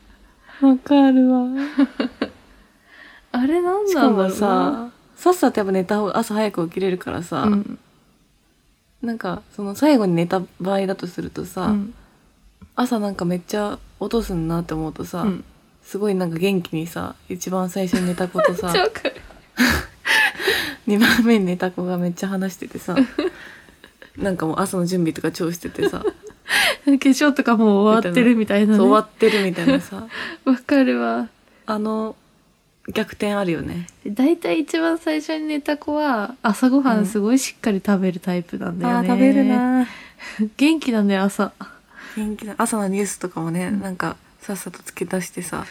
わかるわ。 あれなんしかもなんだろうな。 さ、さっさとやっぱ寝た方が朝早く起きれるからさ、 うん、 なんかその最後に寝た場合だとするとさ、 うん、 朝なんかめっちゃ音すんなって思うとさ、 うん、 すごいなんか元気にさ、一番最初に寝た子とさ、 めっちゃわかる。 にばんめに寝た子がめっちゃ話しててさ、なんかもう朝の準備とか超しててさ、 化粧とかもう終わってるみたいなね。 そう終わってるみたいなさ、 わかるわ。 あの逆転あるよね。 だいたい一番最初に寝た子は朝ごはんすごいしっかり食べるタイプなんだよね。 あー食べるな。 元気なんだよ朝。 元気な朝のニュースとかもね、うん、なんかさっさと付け出してさ。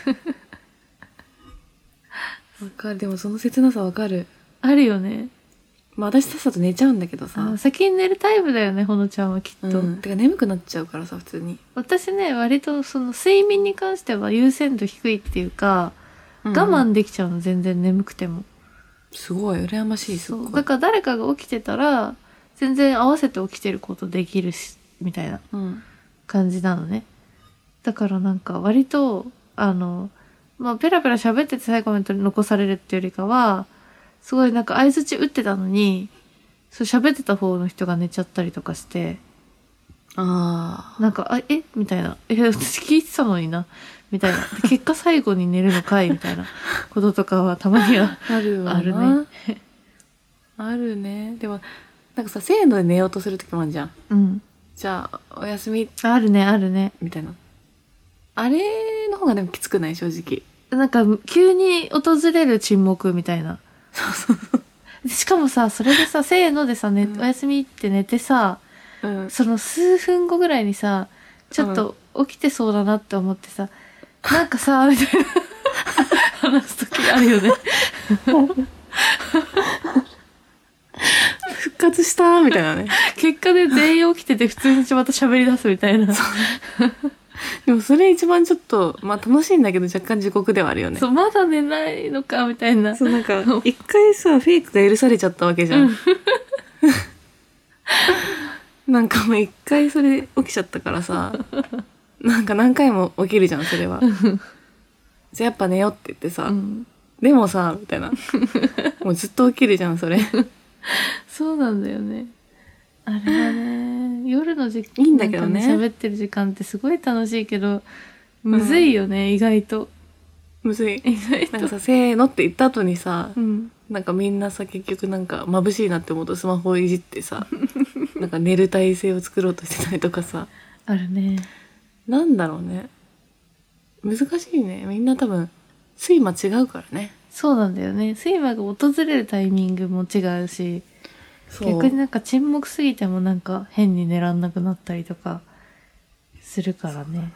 わかる。でもその切なさわかる。 あるよね。 まあ私さっさと寝ちゃうんだけどさ。 先に寝るタイプだよね、ほのちゃんはきっと。 うん、てか眠くなっちゃうからさ、普通に。 私ね、割とその睡眠に関しては優先度低いっていうか、うん、我慢できちゃうの、全然眠くても。 すごい、羨ましい、すごい。 そう。だから誰かが起きてたら、全然合わせて起きてることできるし、みたいな感じなのね。だからなんか割と、あの、まあ、ペラペラ喋ってて最後まで残されるっていうよりかは、すごいなんか相槌打ってたのに、そう喋ってた方の人が寝ちゃったりとかして、 ああ。 なんか、あ、えみたいな。え、私聞いてたのにな。みたいな。結果最後に寝るのかいみたいなこととかはたまにはあるわな。 あるね。 あるね。でも、なんかさ、せーので寝ようとするときもあるじゃん。 うん。 じゃあ、おやすみ。 あるね、あるね。 みたいな。あれの方がでもきつくない正直。 なんか、急に訪れる沈黙みたいな。 そうそうそう。 しかもさ、それでさ、せーのでさ、ね、うん、おやすみって寝てさ、うん、その数分後ぐらいにさ、ちょっと起きてそうだなって思ってさ、うん、なんかさ、みたいな話すときあるよね。 復活したみたいなね。 結果で全員起きてて普通にまた喋り出すみたいな。 でもそれ一番ちょっと、まあ楽しいんだけど若干地獄ではあるよね。 そう、まだ寝ないのかみたいな。 そう、なんか一回さ、フェイクが許されちゃったわけじゃん。うんなんかもう一回それ起きちゃったからさ、なんか何回も起きるじゃん、それは。じゃあやっぱ寝ようって言ってさ、うん、でもさ、みたいな。もうずっと起きるじゃん、それ。 そうなんだよね。あれはね、夜の時間、 いいんだけどね。 喋ってる時間ってすごい楽しいけど、むずいよね、うん、意外と。 むずい。 意外と。 なんかさ、せーのって言った後にさ、 うん、 なんかみんなさ、結局なんか眩しいなって思うとスマホをいじってさ、なんか寝る体勢を作ろうとしてたりとかさ。 あるね。 なんだろうね。難しいね。みんな多分、睡魔違うからね。 そうなんだよね。睡魔が訪れるタイミングも違うし、逆になんか沈黙すぎてもなんか変に寝らんなくなったりとかするからね。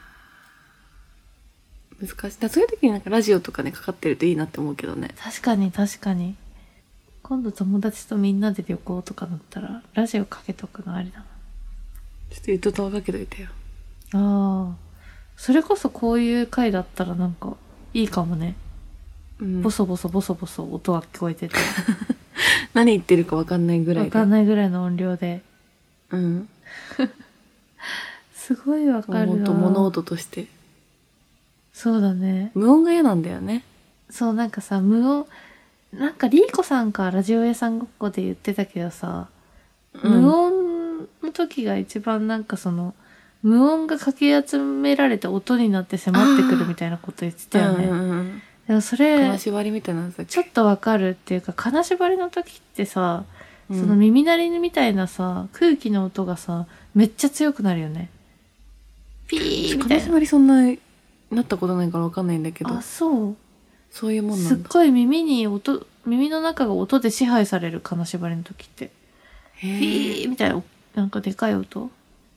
難しい。だそういう時になんかラジオとかね、かかってるといいなって思うけどね。 確かに確かに。今度友達とみんなで旅行とかだったら、ラジオかけとくのありだな。 ちょっとゆとたわかけといてよ。 ああ。それこそこういう回だったらなんか、いいかもね。うん、ボソボソボソボソ音が聞こえてて。 何言ってるかわかんないぐらいで。 わかんないぐらいの音量で。 うん。 すごいわかるわ。 ほんと物音として。 そうだね。 無音が嫌なんだよね。 そう、なんかさ、無音、なんかリーコさんかラジオ屋さんごっこで言ってたけどさ、うん、無音の時が一番なんかその、無音がかき集められて音になって迫ってくるみたいなこと言ってたよね。うんうん、でもそれ、 金縛りみたいなやつちょっとわかるっていうか、金縛りの時ってさ、うん、その耳鳴りみたいなさ、空気の音がさ、めっちゃ強くなるよね。ピーみたいな。 金縛りそんな、なったことないからわかんないんだけど。 あ、そう。 そういうもんなんだ。 すっごい耳に音、耳の中が音で支配される金縛りの時って。ピーみたいな、なんかでかい音。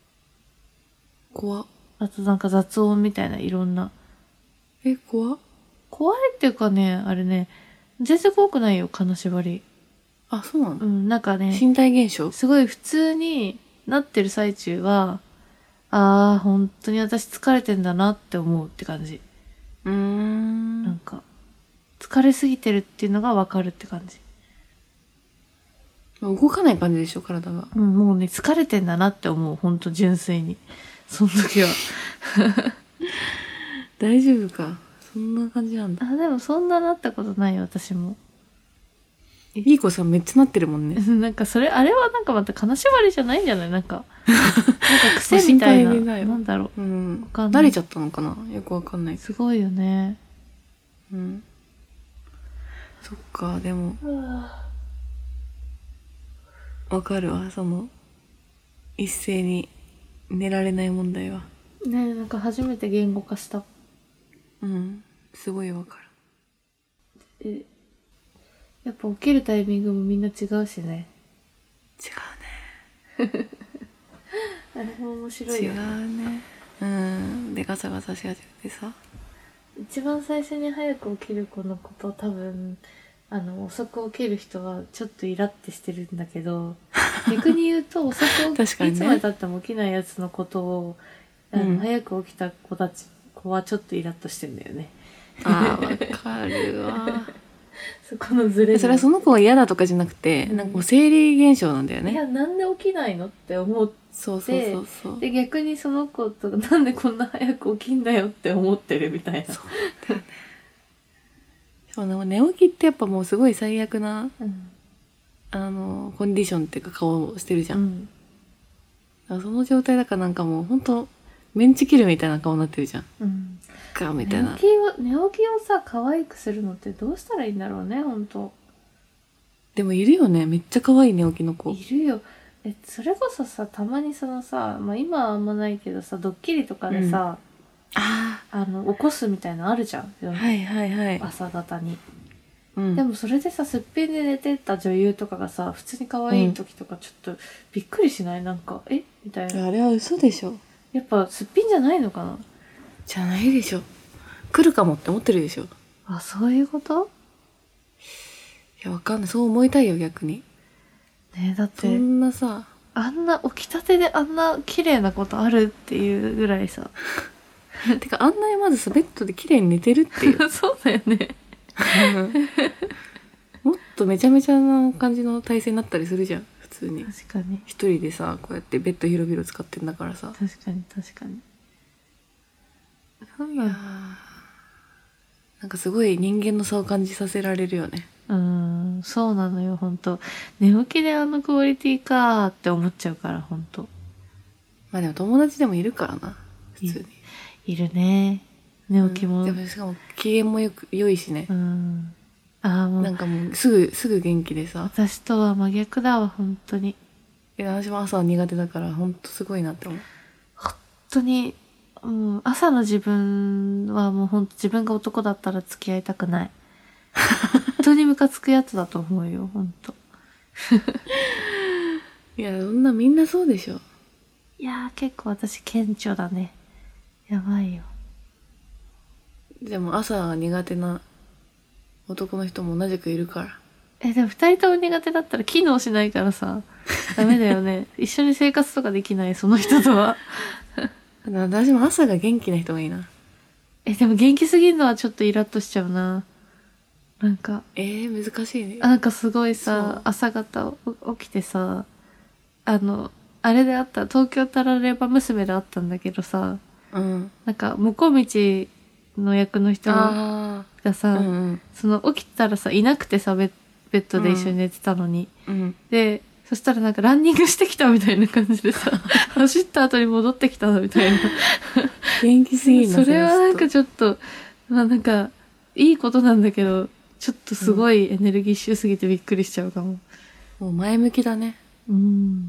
怖っ。 あとなんか雑音みたいないろんな。 え、怖っ。 怖いっていうかね、あれね、全然怖くないよ、金縛り。 あ、そうなの？ うん、なんかね、 身体現象？ すごい普通になってる最中は、あー、本当に私疲れてんだなって思うって感じ。 うーん。 なんか、疲れすぎてるっていうのがわかるって感じ。 動かない感じでしょ、体が。 うん、もうね、疲れてんだなって思う、ほんと純粋に。その時は。 大丈夫か。そんな感じなんだ。 あ、でもそんななったことないよ、私も。 いい子さんめっちゃなってるもんね。 なんかそれ、あれはなんかまた金縛りじゃないんじゃない？なんか、なんか癖みたいな。なんだろう。うん。 わかんない。慣れちゃったのかな？よくわかんない。 すごいよね。 うん。そっか、でも。わかるわ、その、一斉に寝られない問題は。 ねえ、なんか初めて言語化した。 うん。すごいわかる。え、やっぱ起きるタイミングもみんな違うしね。 違うね。 あれも面白いよね。 違うね。うん。でガサガサし始めてさ。 一番最初に早く起きる子のこと多分あの遅く起きる人はちょっとイラってしてるんだけど逆に言うと遅く起き、ね、いつまでたっても起きないやつのことをあの、うん、早く起きた子たち子はちょっとイラッとしてんだよね。 あーわかるわ。 そこのズレ。 それはその子が嫌だとかじゃなくて、うん、なんかもう生理現象なんだよね。 いやなんで起きないのって思って、 そうそうそうそう。 で逆にその子となんでこんな早く起きんだよって思ってるみたいな。そうだよね。 そうでも寝起きってやっぱもうすごい最悪な、 うん、 あのコンディションっていうか顔をしてるじゃん。うん、だからその状態だからなんかもう本当メンチ切るみたいな顔になってるじゃん。うん。ガみたいな。 寝起きを寝起きをさ可愛くするのってどうしたらいいんだろうね本当。 でもいるよねめっちゃ可愛い寝起きの子。 いるよ。えそれこそさたまにそのさ、まあ、今はあんまないけどさドッキリとかでさ、うん、ああの起こすみたいなのあるじゃん。 はいはいはい。 朝方に。うん、でもそれでさすっぴんで寝てた女優とかがさ普通に可愛い時とかちょっとびっくりしない？なんかえみたいな。 あれは嘘でしょ。 やっぱすっぴんじゃないのかな？ じゃないでしょ。来るかもって思ってるでしょ。 あ、そういうこと？ いやわかんない。そう思いたいよ逆に。 ねえだってそんなさあんな起きたてであんな綺麗なことあるっていうぐらいさてかあんなにまずベッドで綺麗に寝てるっていうそうだよねもっとめちゃめちゃな感じの体勢になったりするじゃん普通に。 確かに一人でさこうやってベッド広々使ってんだからさ。 確かに確かに。 いやなんかすごい人間の差を感じさせられるよね。 うーんそうなのよ本当。寝起きであのクオリティかーって思っちゃうから本当。 まあでも友達でもいるからな普通にい, いるね寝起きも、 うん、でもしかも機嫌もよく良いしね。 うんああもうなんかもうすぐすぐ元気でさ。 私とは真逆だわ本当に。 いや私も朝は苦手だから本当すごいなって思う。 本当にうん、朝の自分はもうほんと自分が男だったら付き合いたくない。本当にムカつくやつだと思うよ、ほんと。 いや、そんなみんなそうでしょ。 いやー結構私顕著だね。やばいよ。 でも朝が苦手な男の人も同じくいるから。 え、でも二人とも苦手だったら機能しないからさ、ダメだよね。一緒に生活とかできない、その人とは。 私も朝が元気な人がいいな。 え、でも元気すぎるのはちょっとイラッとしちゃうな。なんか。 えー、難しいね。 あ、なんかすごいさ、朝方起きてさ、あの、あれであった、東京タラレバ娘であったんだけどさ、 うん、 なんか、もこみちの役の人がさ、うんうん、その起きたらさ、いなくてさ、ベッベッドで一緒に寝てたのに。うん、で、そしたらなんかランニングしてきたみたいな感じでさ、走った後に戻ってきたみたいな。 元気すぎるな。それはなんかちょっと、まあなんか、いいことなんだけど、ちょっとすごいエネルギッシュすぎてびっくりしちゃうかも。 うん、もう前向きだね。 うん。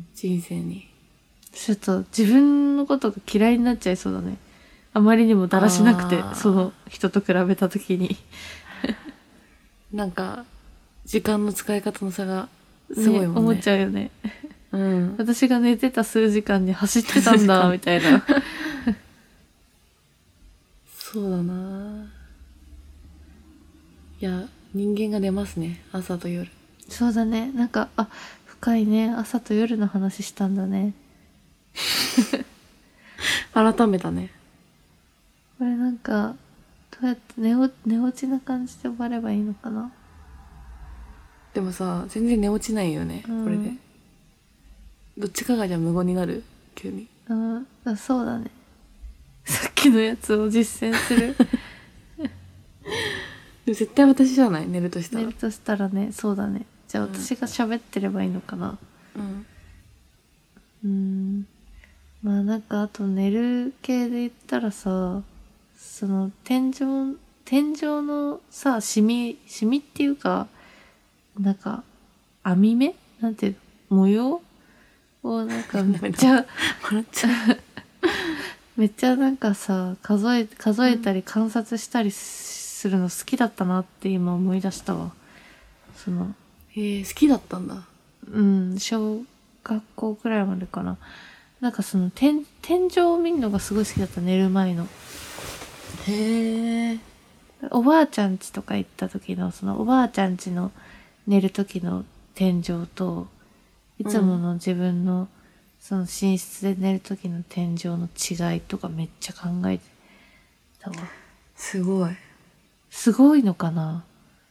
人生に。 ちょっと自分のことが嫌いになっちゃいそうだね。あまりにもだらしなくて、その人と比べたときに。 なんか、時間の使い方の差がすごいもんね。ね思っちゃうよね。 うん。 私が寝てた数時間に走ってたんだ、みたいな。 そうだな。いや、人間が出ますね。朝と夜。 そうだね。なんか、あ、深いね。朝と夜の話したんだね。 改めたね。 これなんか、どうやって寝お寝落ちな感じで終わればいいのかな。 でもさ、全然寝落ちないよね、うん、これで。どっちかがじゃあ無言になる急に。 うん、そうだね。さっききのやつを実践する。 でも絶対私じゃない、寝るとしたら。 寝るとしたらね、そうだね。じゃあ私が喋ってればいいのかな。 うんうーん。まあなんかあと寝る系で言ったらさ、その天井、天井のさ、シミ、シミっていうか、なんか、網目なんていうの模様をなんかめっちゃ、 笑っちゃう。 めっちゃなんかさ、数え、数えたり観察したりするの好きだったなって今思い出したわ。その、 へえ、好きだったんだ。 うん、小学校くらいまでかな。なんかその天、天井を見るのがすごい好きだった、寝る前の。 へえ。 おばあちゃん家とか行った時の、そのおばあちゃん家の寝る時の天井と、いつもの自分の、その寝室で寝る時の天井の違いとかめっちゃ考えてたわ。 すごい。 すごいのかな。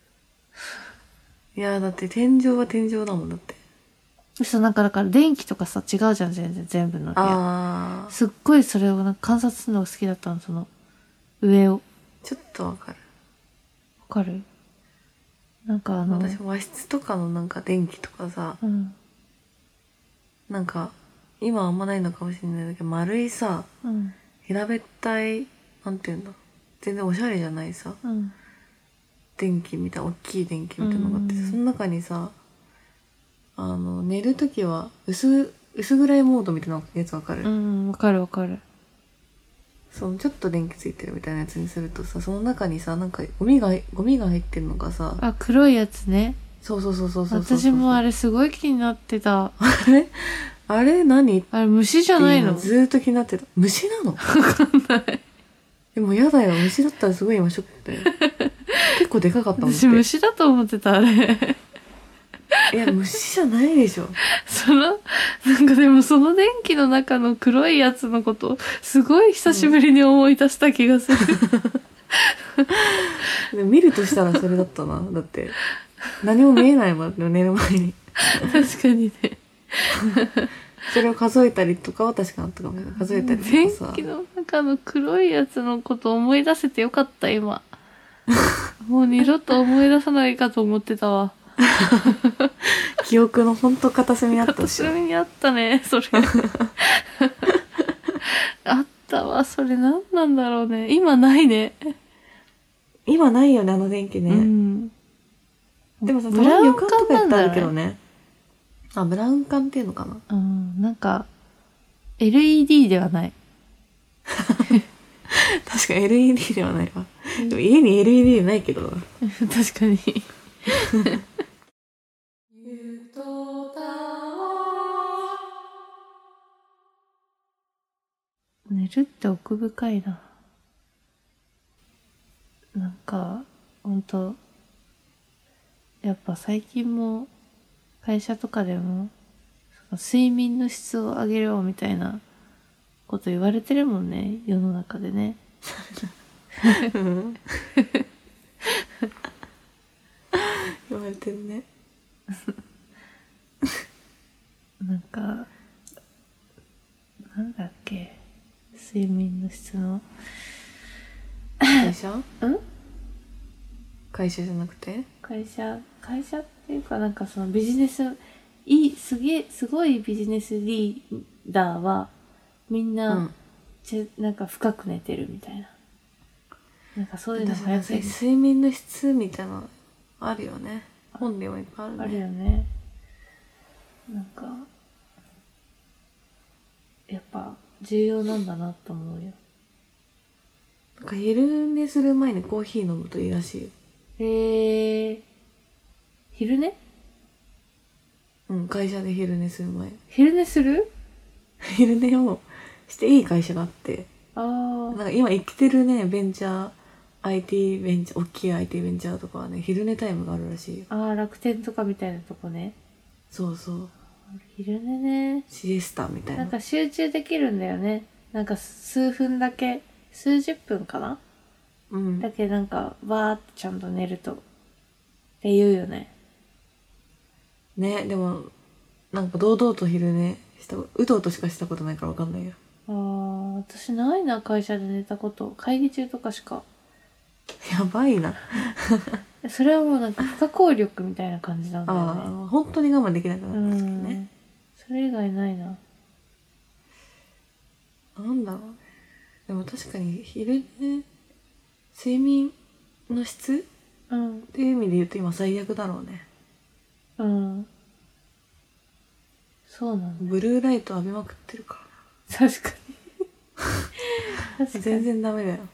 いやだって天井は天井だもんだって。 そう、なんかだから電気とかさ違うじゃん、全然全部の部屋。 ああ。 すっごいそれをなんか観察するのが好きだったの、その上を。 ちょっとわかる。 わかる？なんかあの私和室とかのなんか電気とかさ、 うん、 なんか今あんまないのかもしれないけど、丸いさ、 うん、 平べったい、なんていうんだ、全然おしゃれじゃないさ、 うん、 電気みたいな大きい電気みたいなのがあって、 うん、 その中にさ、あの寝るときは薄薄暗いモードみたいなやつわかる？ うん、わかるわかる。 そのちょっと電気ついてるみたいなやつにするとさ、その中にさ、なんかゴミがゴミが入ってるのがさ、 あ、黒いやつね。 そうそうそうそうそうそう。 私もあれすごい気になってた。 あれあれ何？ あれ虫じゃないの？ ずーっと気になってた。虫なの？わかんない。でもやだよ、虫だったらすごい今ショックだよ。結構でかかったもん。 私虫だと思ってた、あれ。 いや、虫じゃないでしょ。 その、なんかでもその電気の中の黒いやつのこと、すごい久しぶりに思い出した気がする。 うん、でも見るとしたらそれだったな。だって、何も見えないもん、寝る前に。 確かにね。 それを数えたりとかは確かあったかもしれない。数えたりとか電さ。 気の中の黒いやつのこと思い出せてよかった、今。もう二度と思い出さないかと思ってたわ。 記憶のほんと片隅にあった片隅にあったね、それ。あったわ、それ何なんだろうね。今ないね。 今ないよね、あの電気ね。 うん。 でもさ、たまに旅館とかやったらあるけどね。あ、ブラウン管っていうのかな。 うん、なんか、エルイーディー ではない。 確か エルイーディー ではないわ。でも家に エルイーディー ないけどな。 確かに。寝るって奥深いな。なんか、ほんと、やっぱ最近も会社とかでも睡眠の質を上げようみたいなこと言われてるもんね、世の中でね。 言われてるね。 なんか、なんだっけ、睡眠の質の会社？ ん？ 会社じゃなくて？ 会社、会社っていうかなんかそのビジネス、いい、すげえ、すごいビジネスリーダーはみんな、うん、ちなんか深く寝てるみたいな。なんかそういうの流行ってる。睡眠の質みたいなあるよね。本でもいっぱいあるね。 あるよね。なんか、やっぱ重要なんだなと思うよ。 なんか昼寝する前にコーヒー飲むといいらしいよ。 へえ。昼寝？ うん、会社で昼寝する前。 昼寝する？ 昼寝をしていい会社があって。 ああ。 なんか今生きてるね、ベンチャー、アイティー ベンチャー、大きい アイティー ベンチャーとかはね、昼寝タイムがあるらしいよ。 ああ、楽天とかみたいなとこね。 そうそう。 昼寝ね。 シエスタみたいな。 なんか集中できるんだよね。なんか数分だけ、数十分かな？うん。だけなんか、わーってちゃんと寝ると。って言うよね。 ね、でも、なんか堂々と昼寝した、うとうとしかしたことないからわかんないよ。 ああ、私ないな、会社で寝たこと。会議中とかしか。 やばいな。 それはもうなんか不可抗力みたいな感じなんだよね。 ああ、本当に我慢できなくなった時ね。 うん。それ以外ないな。 なんだろうね。でも確かに昼寝、睡眠の質、うん、っていう意味で言うと今最悪だろうね。 うん。そうなんだ。 ブルーライト浴びまくってるからな。確かに。 確かに全然ダメだよ。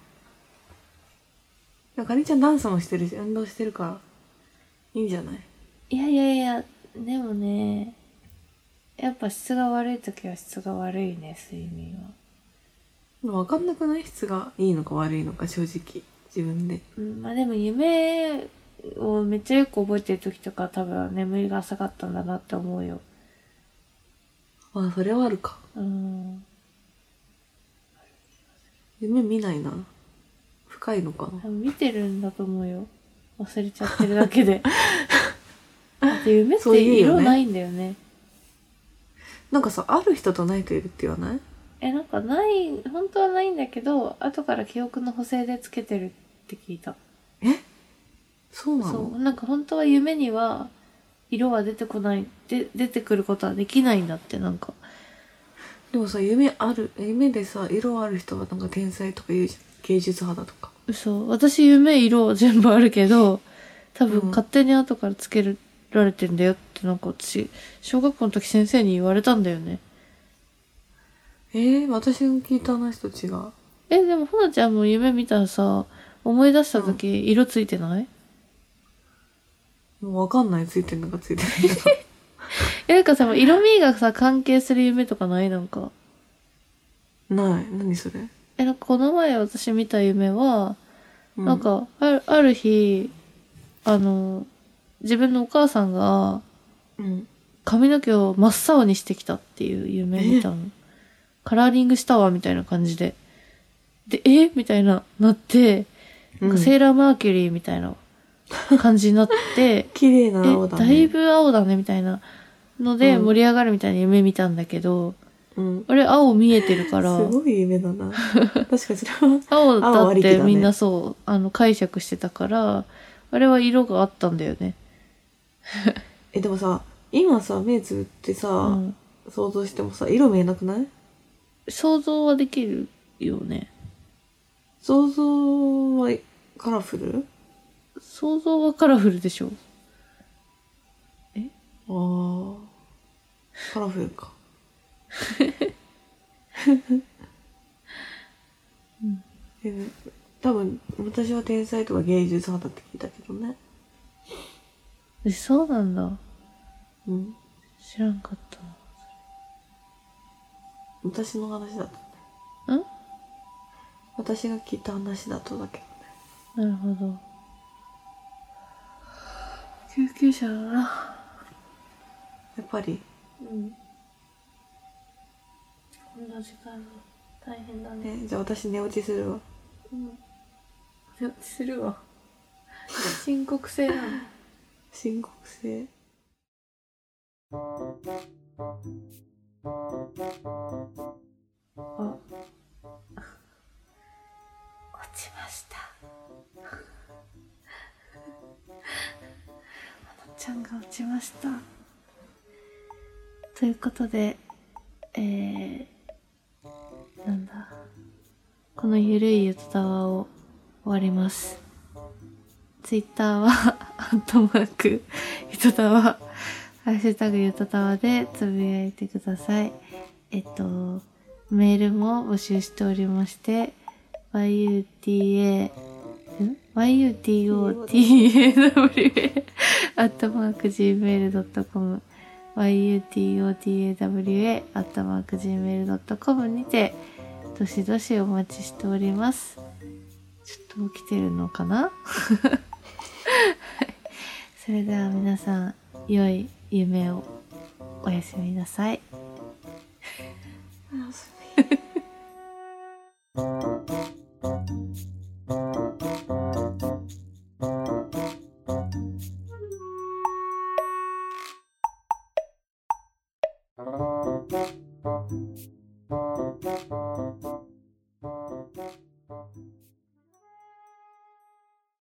かりんちゃんダンスもしてるし、運動してるから、いいんじゃない？ いやいやいや、でもね、やっぱ質が悪い時は質が悪いね、睡眠は。 わかんなくない？質がいいのか悪いのか、正直。自分で。 うん、まあでも夢をめっちゃよく覚えてる時とか多分眠りが浅かったんだなって思うよ。 ああ、それはあるか。うん。夢見ないな。深いのかな。 見てるんだと思うよ。忘れちゃってるだけで。だって夢って色ないんだよね。ね、 なんかさ、ある人とない人いるって言わない？ え、なんかない、本当はないんだけど、後から記憶の補正でつけてるって聞いた。 え？そうなの？ そう。なんか本当は夢には色は出てこない、で、出てくることはできないんだって、なんか。 でもさ、夢ある、夢でさ、色ある人はなんか天才とか言うじゃん。芸術肌とか。 嘘。私夢色全部あるけど、多分勝手に後からつけられてんだよってなんか私、小学校の時先生に言われたんだよね。 えー、私が聞いた話と違う。 え、でもほなちゃんも夢見たらさ、思い出した時、うん、色ついてない？ もうわかんない、ついてんのかついてないのか。 え、なんかさ、色味がさ、関係する夢とかない？なんか。 ない。何それ？ え、なんかこの前私見た夢は、うん、なんかある、ある日、あの、自分のお母さんが、髪の毛を真っ青にしてきたっていう夢見たの。カラーリングしたわ、みたいな感じで。で、えみたいな、なって、なんかセーラーマーキュリーみたいな感じになって、 綺麗な青だね。 だいぶ青だね、みたいなので盛り上がるみたいな夢見たんだけど、うん、あれ青見えてるから。 すごい夢だな。確かそれは青だってみんなそう、あの解釈してたから、あれは色があったんだよね。 え、でもさ、今さ、目つぶってさ、うん、想像してもさ、色見えなくない？ 想像はできるよね。 想像はカラフル？ 想像はカラフルでしょ。え？ ああ、カラフルか。うん、え、多分私は天才とか芸術派だって聞いたけどね。 え、そうなんだ。 うん。 知らんかったな。 私の話だとね。ん？私が聞いた話だとだけどね。なるほど。救急車だな。 やっぱり。 うん。こんな時間に大変だね。 え、じゃあ私寝落ちするわ。 うん。寝落ちするわ。深刻性なの。 深刻性。あ、 落ちました。あのちゃんが落ちました。ということで、えー、なんだ、このゆるいゆとたわを終わります。ツイッターはアットマークゆとたわ、ハッシュタグゆとたわでつぶやいてください。えっとメールも募集しておりまして、ユーティーエー ん ユーティーオーティーエーダブリューエー アットマーク ジーメールドットコム ユーティーオーティーエーダブリューエー アットマーク ジーメールドットコム にてどしどしお待ちしております。ちょっと起きてるのかなそれでは皆さん、良い夢をおやすみなさい。